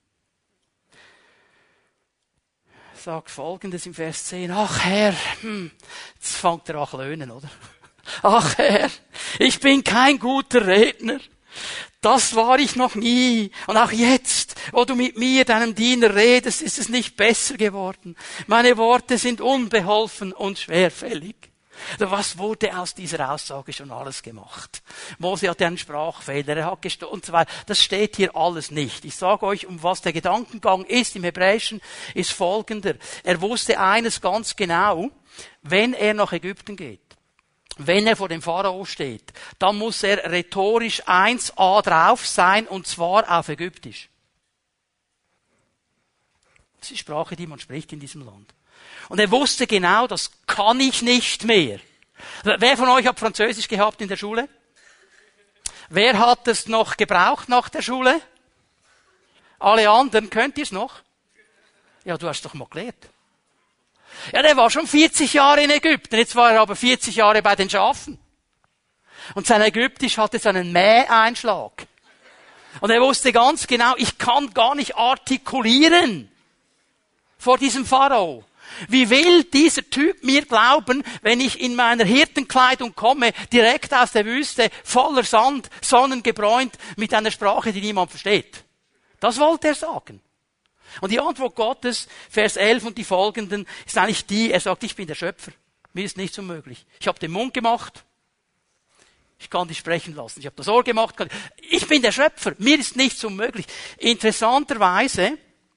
Sagt Folgendes im Vers 10. Ach Herr, jetzt fängt er an zu löhnen, oder? Ach Herr, ich bin kein guter Redner. Das war ich noch nie. Und auch jetzt, wo du mit mir, deinem Diener, redest, ist es nicht besser geworden. Meine Worte sind unbeholfen und schwerfällig. Was wurde aus dieser Aussage schon alles gemacht? Mose hatte einen Sprachfehler, er hat gestohlen und so weiter. Das steht hier alles nicht. Ich sage euch, um was der Gedankengang ist im Hebräischen, ist folgender. Er wusste eines ganz genau, wenn er nach Ägypten geht, wenn er vor dem Pharao steht, dann muss er rhetorisch 1a drauf sein, und zwar auf Ägyptisch. Das ist die Sprache, die man spricht in diesem Land. Und er wusste genau, das kann ich nicht mehr. Wer von euch hat Französisch gehabt in der Schule? Wer hat es noch gebraucht nach der Schule? Alle anderen, könnt ihr es noch? Ja, du hast doch mal gelernt. Ja, der war schon 40 Jahre in Ägypten, jetzt war er aber 40 Jahre bei den Schafen. Und sein Ägyptisch hatte so einen Mäh-Einschlag. Und er wusste ganz genau, ich kann gar nicht artikulieren vor diesem Pharao. Wie will dieser Typ mir glauben, wenn ich in meiner Hirtenkleidung komme, direkt aus der Wüste, voller Sand, sonnengebräunt, mit einer Sprache, die niemand versteht? Das wollte er sagen. Und die Antwort Gottes, Vers 11 und die folgenden, ist eigentlich die, er sagt, ich bin der Schöpfer. Mir ist nichts unmöglich. Ich habe den Mund gemacht. Ich kann dich sprechen lassen. Ich habe das Ohr gemacht. Ich bin der Schöpfer. Mir ist nichts unmöglich. Interessanterweise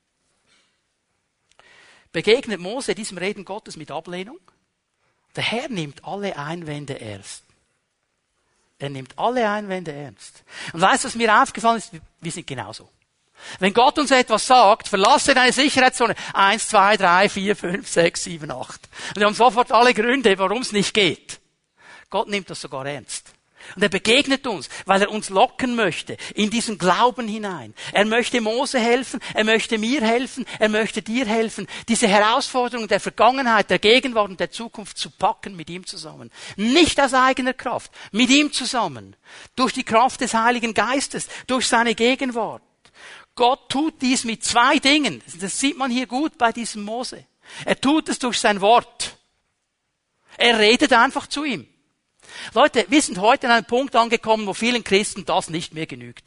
begegnet Mose diesem Reden Gottes mit Ablehnung. Der Herr nimmt alle Einwände ernst. Er nimmt alle Einwände ernst. Und weißt du, was mir aufgefallen ist? Wir sind genauso. Wenn Gott uns etwas sagt, verlasse deine Sicherheitszone. 1, 2, 3, 4, 5, 6, 7, 8. Und wir haben sofort alle Gründe, warum es nicht geht. Gott nimmt das sogar ernst. Und er begegnet uns, weil er uns locken möchte in diesen Glauben hinein. Er möchte Mose helfen, er möchte mir helfen, er möchte dir helfen, diese Herausforderung der Vergangenheit, der Gegenwart und der Zukunft zu packen mit ihm zusammen. Nicht aus eigener Kraft, mit ihm zusammen. Durch die Kraft des Heiligen Geistes, durch seine Gegenwart. Gott tut dies mit 2 Dingen. Das sieht man hier gut bei diesem Mose. Er tut es durch sein Wort. Er redet einfach zu ihm. Leute, wir sind heute an einem Punkt angekommen, wo vielen Christen das nicht mehr genügt.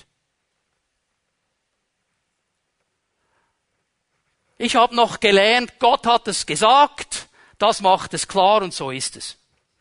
Ich habe noch gelernt, Gott hat es gesagt, das macht es klar und so ist es.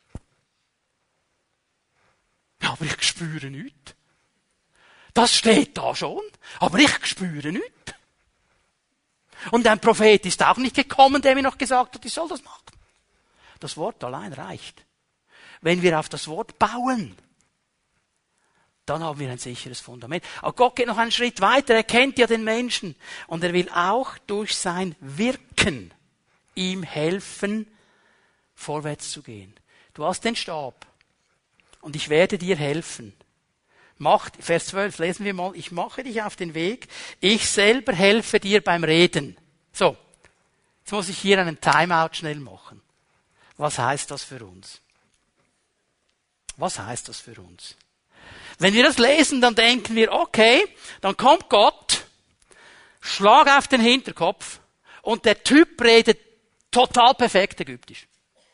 Ja, aber ich spüre nichts. Das steht da schon, aber ich spüre nichts. Und ein Prophet ist auch nicht gekommen, der mir noch gesagt hat, ich soll das machen. Das Wort allein reicht. Wenn wir auf das Wort bauen, dann haben wir ein sicheres Fundament. Aber Gott geht noch einen Schritt weiter. Er kennt ja den Menschen. Und er will auch durch sein Wirken ihm helfen, vorwärts zu gehen. Du hast den Stab. Und ich werde dir helfen. Vers 12, lesen wir mal. Ich mache dich auf den Weg. Ich selber helfe dir beim Reden. So. Jetzt muss ich hier einen Timeout schnell machen. Was heißt das für uns? Was heißt das für uns? Wenn wir das lesen, dann denken wir, okay, dann kommt Gott, Schlag auf den Hinterkopf und der Typ redet total perfekt Ägyptisch.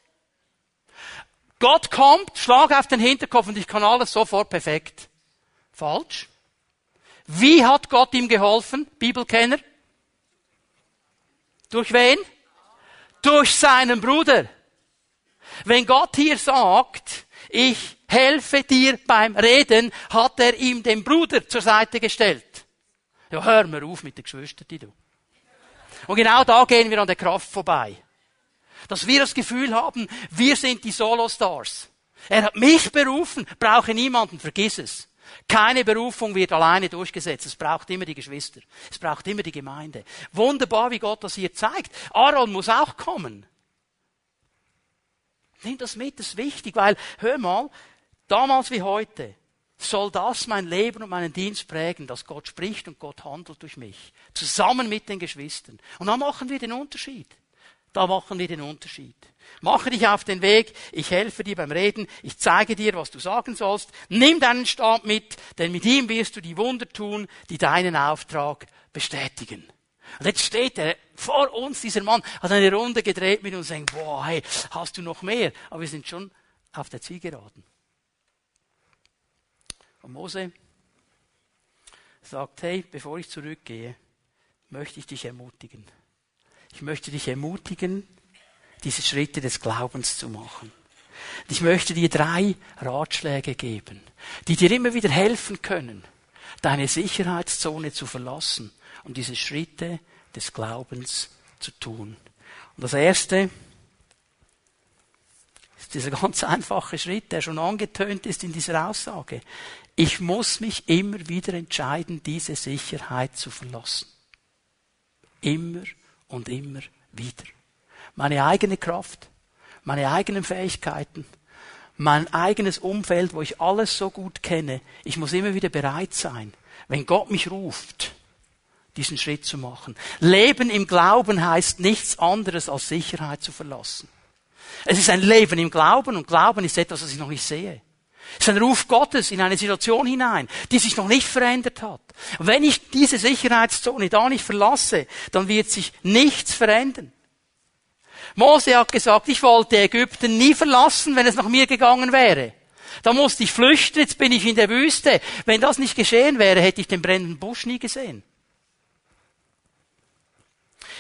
Gott kommt, Schlag auf den Hinterkopf und ich kann alles sofort perfekt. Falsch. Wie hat Gott ihm geholfen, Bibelkenner? Durch wen? Durch seinen Bruder. Wenn Gott hier sagt, ich helfe dir beim Reden, hat er ihm den Bruder zur Seite gestellt. Ja, hör mir auf mit den Geschwistern, du. Und genau da gehen wir an der Kraft vorbei. Dass wir das Gefühl haben, wir sind die Solo-Stars. Er hat mich berufen, brauche niemanden, vergiss es. Keine Berufung wird alleine durchgesetzt. Es braucht immer die Geschwister. Es braucht immer die Gemeinde. Wunderbar, wie Gott das hier zeigt. Aaron muss auch kommen. Nimm das mit, das ist wichtig, weil, hör mal, damals wie heute soll das mein Leben und meinen Dienst prägen, dass Gott spricht und Gott handelt durch mich. Zusammen mit den Geschwistern. Und dann machen wir den Unterschied. Da machen wir den Unterschied. Mache dich auf den Weg, ich helfe dir beim Reden, ich zeige dir, was du sagen sollst. Nimm deinen Stab mit, denn mit ihm wirst du die Wunder tun, die deinen Auftrag bestätigen. Und jetzt steht er vor uns, dieser Mann, hat eine Runde gedreht mit uns und denkt, boah, hey, hast du noch mehr? Aber wir sind schon auf der Zielgeraden. Und Mose sagt, hey, bevor ich zurückgehe, möchte ich dich ermutigen. Ich möchte dich ermutigen, diese Schritte des Glaubens zu machen. Und ich möchte dir 3 Ratschläge geben, die dir immer wieder helfen können, deine Sicherheitszone zu verlassen und diese Schritte des Glaubens zu tun. Und das erste ist dieser ganz einfache Schritt, der schon angetönt ist in dieser Aussage. Ich muss mich immer wieder entscheiden, diese Sicherheit zu verlassen. Immer und immer wieder. Meine eigene Kraft, meine eigenen Fähigkeiten, mein eigenes Umfeld, wo ich alles so gut kenne. Ich muss immer wieder bereit sein, wenn Gott mich ruft, diesen Schritt zu machen. Leben im Glauben heißt nichts anderes als Sicherheit zu verlassen. Es ist ein Leben im Glauben und Glauben ist etwas, was ich noch nicht sehe. Es ist ein Ruf Gottes in eine Situation hinein, die sich noch nicht verändert hat. Und wenn ich diese Sicherheitszone da nicht verlasse, dann wird sich nichts verändern. Mose hat gesagt, ich wollte Ägypten nie verlassen, wenn es nach mir gegangen wäre. Da musste ich flüchten, jetzt bin ich in der Wüste. Wenn das nicht geschehen wäre, hätte ich den brennenden Busch nie gesehen.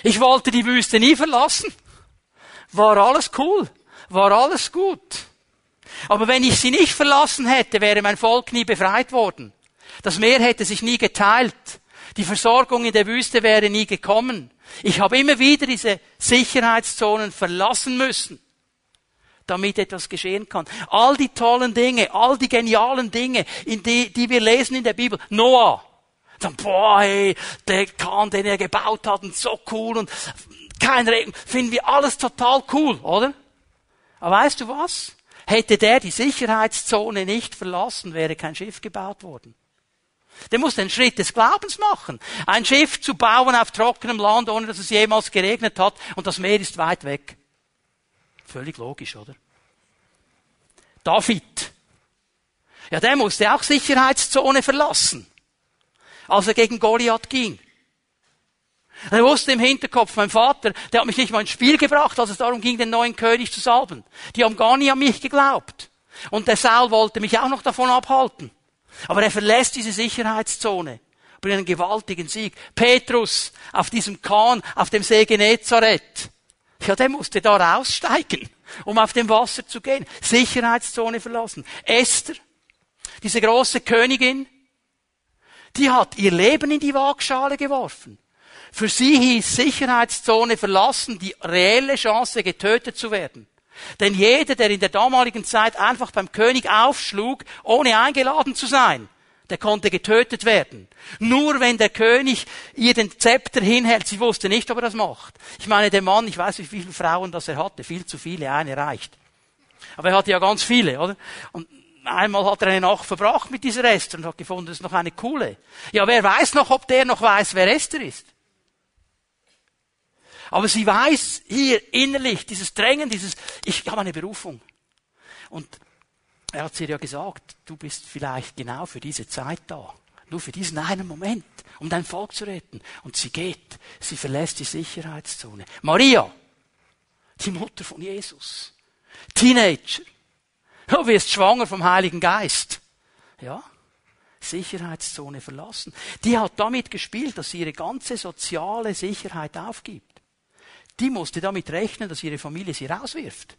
Ich wollte die Wüste nie verlassen. War alles cool. War alles gut. Aber wenn ich sie nicht verlassen hätte, wäre mein Volk nie befreit worden. Das Meer hätte sich nie geteilt. Die Versorgung in der Wüste wäre nie gekommen. Ich habe immer wieder diese Sicherheitszonen verlassen müssen, damit etwas geschehen kann. All die tollen Dinge, all die genialen Dinge, die wir lesen in der Bibel. Noah. Dann, hey, der Kahn, den er gebaut hat, und so cool und kein Regen. Finden wir alles total cool, oder? Aber weißt du was? Hätte der die Sicherheitszone nicht verlassen, wäre kein Schiff gebaut worden. Der muss den Schritt des Glaubens machen. Ein Schiff zu bauen auf trockenem Land, ohne dass es jemals geregnet hat, und das Meer ist weit weg. Völlig logisch, oder? David. Ja, der musste auch Sicherheitszone verlassen, als er gegen Goliath ging. Er wusste im Hinterkopf, mein Vater, der hat mich nicht mal ins Spiel gebracht, als es darum ging, den neuen König zu salben. Die haben gar nie an mich geglaubt. Und der Saul wollte mich auch noch davon abhalten. Aber er verlässt diese Sicherheitszone, bringt einen gewaltigen Sieg. Petrus auf diesem Kahn, auf dem See Genezareth. Ja, der musste da raussteigen, um auf dem Wasser zu gehen. Sicherheitszone verlassen. Esther, diese große Königin, die hat ihr Leben in die Waagschale geworfen. Für sie hieß Sicherheitszone verlassen die reelle Chance, getötet zu werden. Denn jeder, der in der damaligen Zeit einfach beim König aufschlug, ohne eingeladen zu sein, der konnte getötet werden. Nur wenn der König ihr den Zepter hinhält, sie wusste nicht, ob er das macht. Ich meine, der Mann, ich weiß nicht, wie viele Frauen das er hatte, viel zu viele, eine reicht. Aber er hatte ja ganz viele, oder? Und einmal hat er eine Nacht verbracht mit dieser Esther und hat gefunden, das ist noch eine coole. Ja, wer weiß noch, ob der noch weiß, wer Esther ist? Aber sie weiß hier innerlich, dieses Drängen, ich habe eine Berufung. Und er hat sie ja gesagt, du bist vielleicht genau für diese Zeit da. Nur für diesen einen Moment, um dein Volk zu retten. Und sie geht, sie verlässt die Sicherheitszone. Maria, die Mutter von Jesus. Teenager. Du wirst schwanger vom Heiligen Geist. Ja. Sicherheitszone verlassen. Die hat damit gespielt, dass sie ihre ganze soziale Sicherheit aufgibt. Die musste damit rechnen, dass ihre Familie sie rauswirft.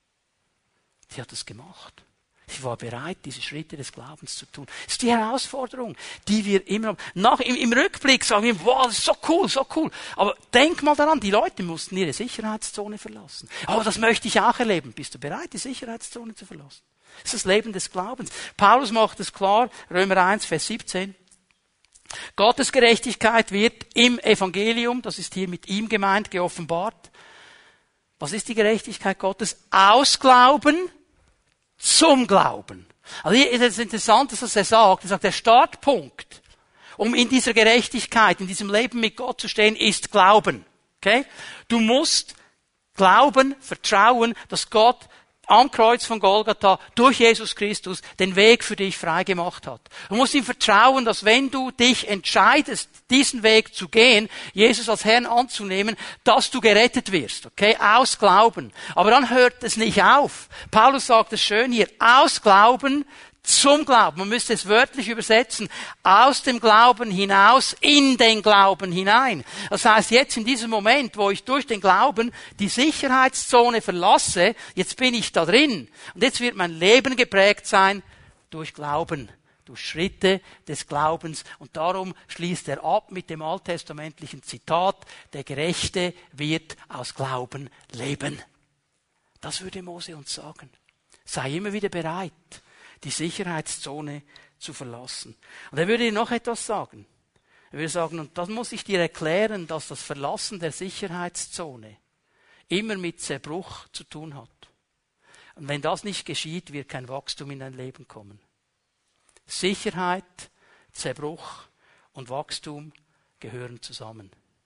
Sie hat es gemacht. Sie war bereit, diese Schritte des Glaubens zu tun. Das ist die Herausforderung, die wir immer haben. Im Rückblick sagen wir, wow, das ist so cool, so cool. Aber denk mal daran, die Leute mussten ihre Sicherheitszone verlassen. Aber das möchte ich auch erleben. Bist du bereit, die Sicherheitszone zu verlassen? Das ist das Leben des Glaubens. Paulus macht es klar, Römer 1, Vers 17. Gottes Gerechtigkeit wird im Evangelium, das ist hier mit ihm gemeint, geoffenbart. Was ist die Gerechtigkeit Gottes? Aus Glauben zum Glauben. Also hier ist es interessant, dass er sagt. Er sagt, der Startpunkt, um in dieser Gerechtigkeit, in diesem Leben mit Gott zu stehen, ist Glauben. Okay? Du musst glauben, vertrauen, dass Gott am Kreuz von Golgatha durch Jesus Christus den Weg für dich frei gemacht hat. Du musst ihm vertrauen, dass wenn du dich entscheidest, diesen Weg zu gehen, Jesus als Herrn anzunehmen, dass du gerettet wirst. Okay? Aus Glauben. Aber dann hört es nicht auf. Paulus sagt es schön hier. Aus Glauben zum Glauben. Man müsste es wörtlich übersetzen. Aus dem Glauben hinaus in den Glauben hinein. Das heißt, jetzt in diesem Moment, wo ich durch den Glauben die Sicherheitszone verlasse, jetzt bin ich da drin. Und jetzt wird mein Leben geprägt sein durch Glauben. Durch Schritte des Glaubens. Und darum schließt er ab mit dem alttestamentlichen Zitat, der Gerechte wird aus Glauben leben. Das würde Mose uns sagen. Sei immer wieder bereit, die Sicherheitszone zu verlassen. Und er würde dir noch etwas sagen. Er würde sagen, und das muss ich dir erklären, dass das Verlassen der Sicherheitszone immer mit Zerbruch zu tun hat. Und wenn das nicht geschieht, wird kein Wachstum in dein Leben kommen. Sicherheit, Zerbruch und Wachstum gehören zusammen.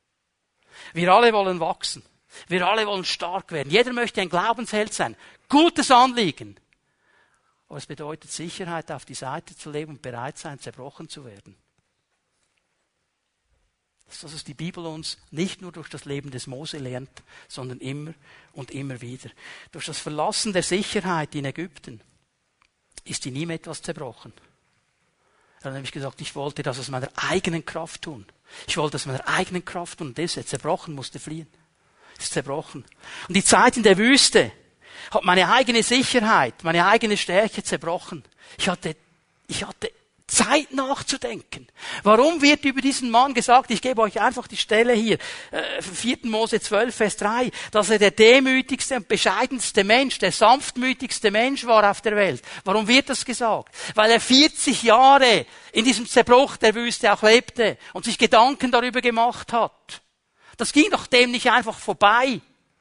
Wir alle wollen wachsen. Wir alle wollen stark werden. Jeder möchte ein Glaubensheld sein. Gutes Anliegen. Aber es bedeutet Sicherheit, auf die Seite zu leben und bereit sein, zerbrochen zu werden. Das ist, was die Bibel uns nicht nur durch das Leben des Mose lernt, sondern immer und immer wieder. Durch das Verlassen der Sicherheit in Ägypten ist in ihm etwas zerbrochen. Er hat nämlich gesagt, ich wollte das aus meiner eigenen Kraft tun. Ich wollte das aus meiner eigenen Kraft tun. Und das ist zerbrochen, musste fliehen. Ist zerbrochen. Und die Zeit in der Wüste hat meine eigene Sicherheit, meine eigene Stärke zerbrochen. Ich hatte Zeit nachzudenken. Warum wird über diesen Mann gesagt, ich gebe euch einfach die Stelle hier, 4. Mose 12, Vers 3, dass er der demütigste und bescheidenste Mensch, der sanftmütigste Mensch war auf der Welt. Warum wird das gesagt? Weil er 40 Jahre in diesem Zerbruch der Wüste auch lebte und sich Gedanken darüber gemacht hat. Das ging doch dem nicht einfach vorbei.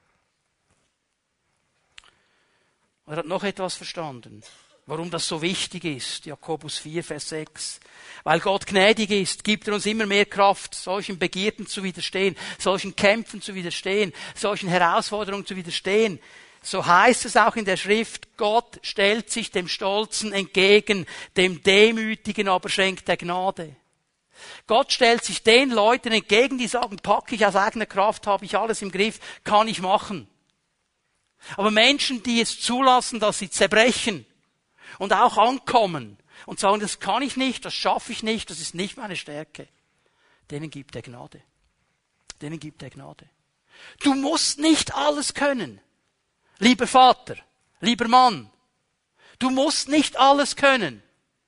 Er hat noch etwas verstanden. Warum das so wichtig ist. Jakobus 4, Vers 6. Weil Gott gnädig ist, gibt er uns immer mehr Kraft, solchen Begierden zu widerstehen, solchen Kämpfen zu widerstehen, solchen Herausforderungen zu widerstehen. So heißt es auch in der Schrift, Gott stellt sich dem Stolzen entgegen, dem Demütigen aber schenkt er Gnade. Gott stellt sich den Leuten entgegen, die sagen, packe ich aus eigener Kraft, habe ich alles im Griff, kann ich machen. Aber Menschen, die es zulassen, dass sie zerbrechen, und auch ankommen und sagen, das kann ich nicht, das schaffe ich nicht, das ist nicht meine Stärke. Denen gibt er Gnade. Denen gibt er Gnade. Du musst nicht alles können. Lieber Vater, lieber Mann, du musst nicht alles können.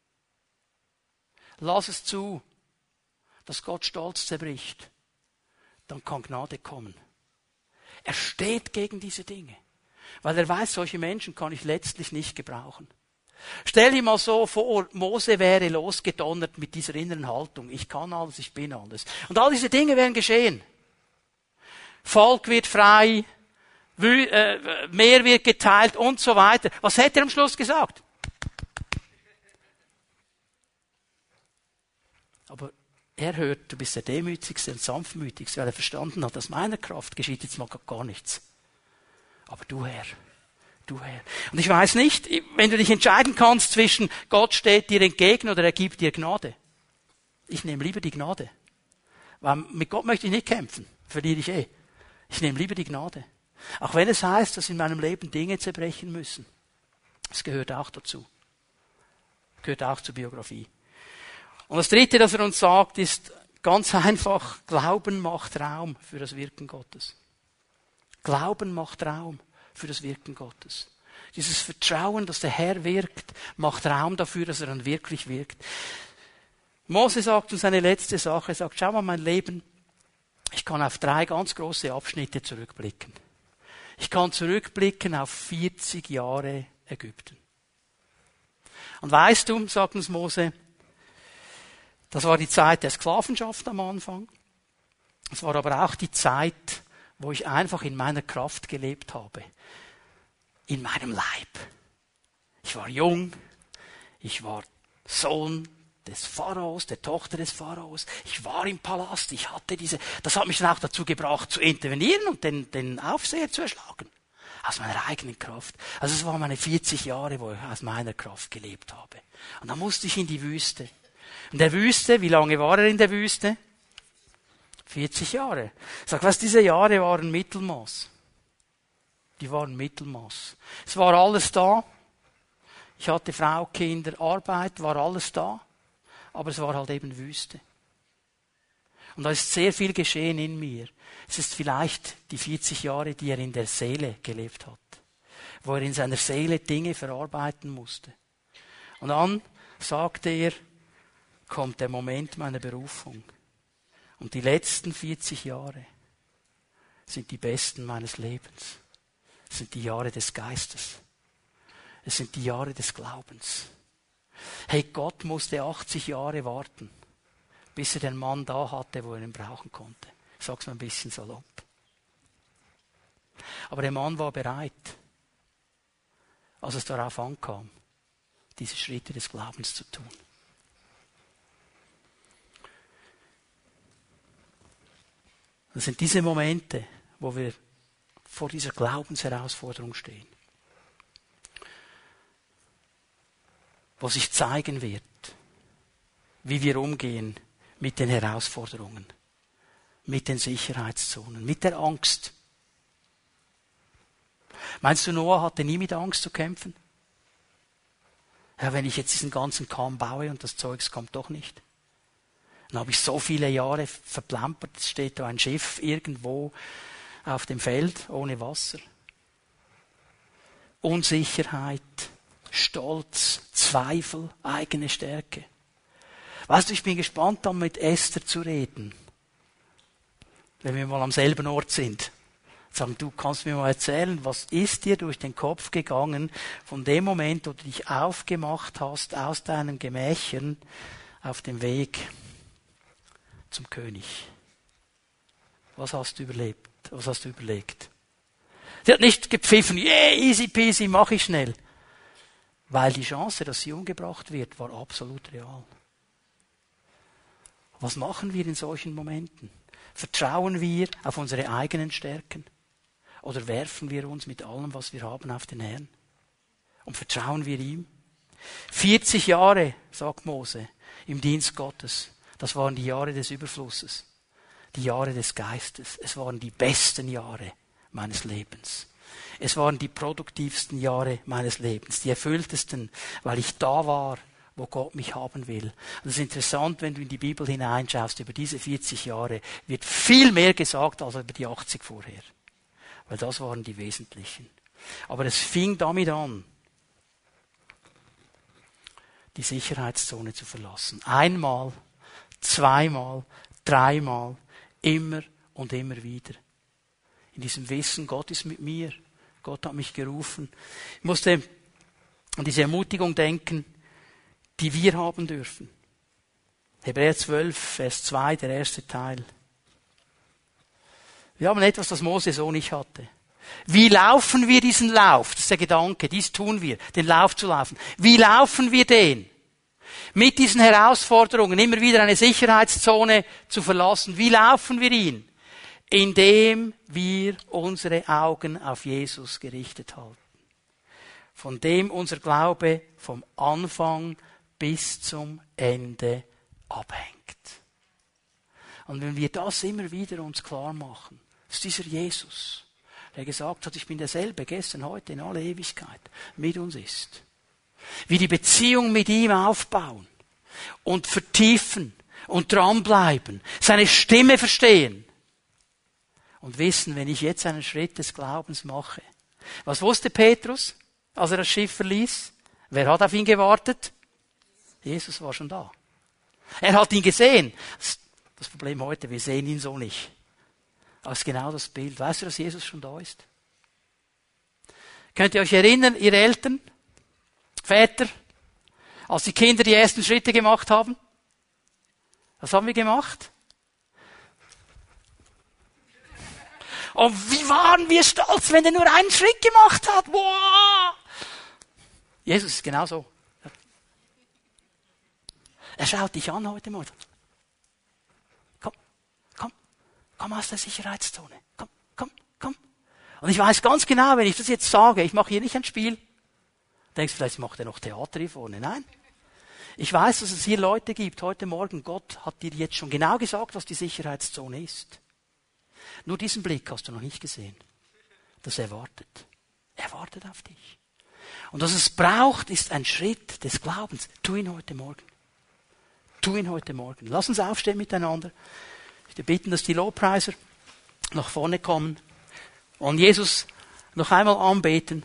Lass es zu, dass Gott Stolz zerbricht. Dann kann Gnade kommen. Er steht gegen diese Dinge, weil er weiß, solche Menschen kann ich letztlich nicht gebrauchen. Stell dir mal so vor, Mose wäre losgedonnert mit dieser inneren Haltung. Ich kann alles, ich bin alles. Und all diese Dinge wären geschehen. Volk wird frei, Meer wird geteilt und so weiter. Was hätte er am Schluss gesagt? Aber er hört, du bist der Demütigste und Sanftmütigste, weil er verstanden hat, aus meiner Kraft geschieht jetzt mal gar nichts. Aber du Herr. Und ich weiß nicht, wenn du dich entscheiden kannst zwischen Gott steht dir entgegen oder er gibt dir Gnade. Ich nehme lieber die Gnade. Weil mit Gott möchte ich nicht kämpfen, verliere ich eh. Ich nehme lieber die Gnade. Auch wenn es heißt, dass in meinem Leben Dinge zerbrechen müssen. Das gehört auch dazu. Gehört auch zur Biografie. Und das Dritte, das er uns sagt, ist ganz einfach, Glauben macht Raum für das Wirken Gottes. Glauben macht Raum für das Wirken Gottes. Dieses Vertrauen, dass der Herr wirkt, macht Raum dafür, dass er dann wirklich wirkt. Mose sagt uns eine letzte Sache. Er sagt, schau mal mein Leben, ich kann auf 3 ganz große Abschnitte zurückblicken. Ich kann zurückblicken auf 40 Jahre Ägypten. Und weißt du, sagt uns Mose, das war die Zeit der Sklavenschaft am Anfang. Es war aber auch die Zeit, wo ich einfach in meiner Kraft gelebt habe. In meinem Leib. Ich war jung. Ich war Sohn des Pharaos, der Tochter des Pharaos. Ich war im Palast. Ich hatte das hat mich dann auch dazu gebracht, zu intervenieren und den Aufseher zu erschlagen. Aus meiner eigenen Kraft. Also es waren meine 40 Jahre, wo ich aus meiner Kraft gelebt habe. Und dann musste ich in die Wüste. In der Wüste, wie lange war er in der Wüste? 40 Jahre. Sag, was, diese Jahre waren Mittelmaß. Die waren Mittelmaß. Es war alles da. Ich hatte Frau, Kinder, Arbeit, war alles da. Aber es war halt eben Wüste. Und da ist sehr viel geschehen in mir. Es ist vielleicht die 40 Jahre, die er in der Seele gelebt hat. Wo er in seiner Seele Dinge verarbeiten musste. Und dann sagte er, kommt der Moment meiner Berufung. Und die letzten 40 Jahre sind die besten meines Lebens. Es sind die Jahre des Geistes. Es sind die Jahre des Glaubens. Hey, Gott musste 80 Jahre warten, bis er den Mann da hatte, wo er ihn brauchen konnte. Ich sag's mal ein bisschen salopp. Aber der Mann war bereit, als es darauf ankam, diese Schritte des Glaubens zu tun. Das sind diese Momente, wo wir vor dieser Glaubensherausforderung stehen. Wo sich zeigen wird, wie wir umgehen mit den Herausforderungen, mit den Sicherheitszonen, mit der Angst. Meinst du, Noah hatte nie mit Angst zu kämpfen? Ja, wenn ich jetzt diesen ganzen Kahn baue und das Zeugs kommt doch nicht. Dann habe ich so viele Jahre verplampert, es steht da ein Schiff irgendwo auf dem Feld ohne Wasser. Unsicherheit, Stolz, Zweifel, eigene Stärke. Weißt du, ich bin gespannt, dann mit Esther zu reden. Wenn wir mal am selben Ort sind. Sagen, du kannst mir mal erzählen, was ist dir durch den Kopf gegangen von dem Moment, wo du dich aufgemacht hast aus deinen Gemächern auf dem Weg zum König. Was hast du überlebt? Was hast du überlegt? Sie hat nicht gepfiffen, yeah, easy peasy, mach ich schnell. Weil die Chance, dass sie umgebracht wird, war absolut real. Was machen wir in solchen Momenten? Vertrauen wir auf unsere eigenen Stärken? Oder werfen wir uns mit allem, was wir haben, auf den Herrn? Und vertrauen wir ihm? 40 Jahre, sagt Mose, im Dienst Gottes. Das waren die Jahre des Überflusses. Die Jahre des Geistes. Es waren die besten Jahre meines Lebens. Es waren die produktivsten Jahre meines Lebens. Die erfülltesten, weil ich da war, wo Gott mich haben will. Und es ist interessant, wenn du in die Bibel hineinschaust, über diese 40 Jahre wird viel mehr gesagt als über die 80 vorher. Weil das waren die wesentlichen. Aber es fing damit an, die Sicherheitszone zu verlassen. Einmal, zweimal, dreimal, immer und immer wieder. In diesem Wissen, Gott ist mit mir. Gott hat mich gerufen. Ich musste an diese Ermutigung denken, die wir haben dürfen. Hebräer 12, Vers 2, der erste Teil. Wir haben etwas, das Mose so nicht hatte. Wie laufen wir diesen Lauf? Das ist der Gedanke, dies tun wir, den Lauf zu laufen. Wie laufen wir den? Mit diesen Herausforderungen immer wieder eine Sicherheitszone zu verlassen. Wie laufen wir ihn? Indem wir unsere Augen auf Jesus gerichtet halten. Von dem unser Glaube vom Anfang bis zum Ende abhängt. Und wenn wir das immer wieder uns klar machen, ist dieser Jesus, der gesagt hat, ich bin derselbe, gestern, heute, in alle Ewigkeit, mit uns ist. Wie die Beziehung mit ihm aufbauen und vertiefen und dranbleiben, seine Stimme verstehen und wissen, wenn ich jetzt einen Schritt des Glaubens mache. Was wusste Petrus, als er das Schiff verließ? Wer hat auf ihn gewartet? Jesus war schon da. Er hat ihn gesehen. Das Problem heute, wir sehen ihn so nicht. Aber es ist genau das Bild. Weißt du, dass Jesus schon da ist? Könnt ihr euch erinnern, ihr Eltern, Väter, als die Kinder die ersten Schritte gemacht haben? Was haben wir gemacht? Und wie waren wir stolz, wenn er nur einen Schritt gemacht hat. Wow! Jesus ist genauso. Er schaut dich an heute Morgen. Komm aus der Sicherheitszone. Komm. Und ich weiß ganz genau, wenn ich das jetzt sage, ich mache hier nicht ein Spiel. Denkst du, vielleicht macht er noch Theater hier vorne. Nein. Ich weiß, dass es hier Leute gibt, heute Morgen, Gott hat dir jetzt schon genau gesagt, was die Sicherheitszone ist. Nur diesen Blick hast du noch nicht gesehen. Das erwartet. Er wartet auf dich. Und was es braucht, ist ein Schritt des Glaubens. Tu ihn heute Morgen. Lass uns aufstehen miteinander. Ich möchte bitten, dass die Lobpreiser nach vorne kommen und Jesus noch einmal anbeten,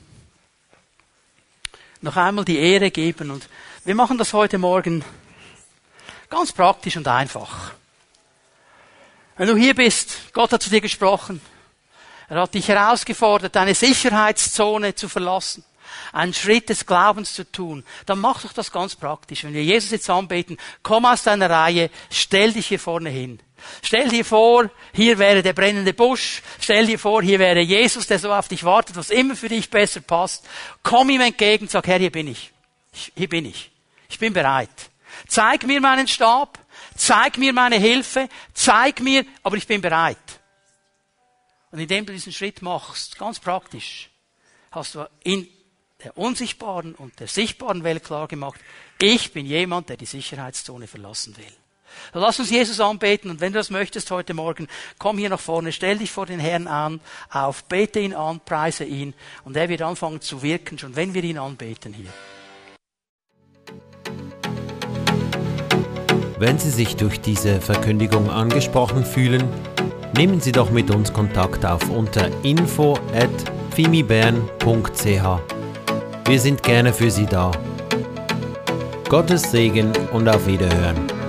noch einmal die Ehre geben. Und wir machen das heute Morgen ganz praktisch und einfach. Wenn du hier bist, Gott hat zu dir gesprochen. Er hat dich herausgefordert, deine Sicherheitszone zu verlassen, einen Schritt des Glaubens zu tun, dann mach doch das ganz praktisch. Wenn wir Jesus jetzt anbeten, komm aus deiner Reihe, stell dich hier vorne hin. Stell dir vor, hier wäre der brennende Busch. Stell dir vor, hier wäre Jesus, der so auf dich wartet, was immer für dich besser passt. Komm ihm entgegen, sag, Herr, hier bin ich. Hier bin ich. Ich bin bereit. Zeig mir meinen Stab. Zeig mir meine Hilfe. Zeig mir, aber ich bin bereit. Und indem du diesen Schritt machst, ganz praktisch, hast du in der unsichtbaren und der sichtbaren Welt klar gemacht, ich bin jemand, der die Sicherheitszone verlassen will. So, lass uns Jesus anbeten und wenn du das möchtest heute Morgen, komm hier nach vorne, stell dich vor den Herrn auf, bete ihn an, preise ihn und er wird anfangen zu wirken, schon wenn wir ihn anbeten hier. Wenn Sie sich durch diese Verkündigung angesprochen fühlen, nehmen Sie doch mit uns Kontakt auf unter info@fimibern.ch. Wir sind gerne für Sie da. Gottes Segen und auf Wiederhören.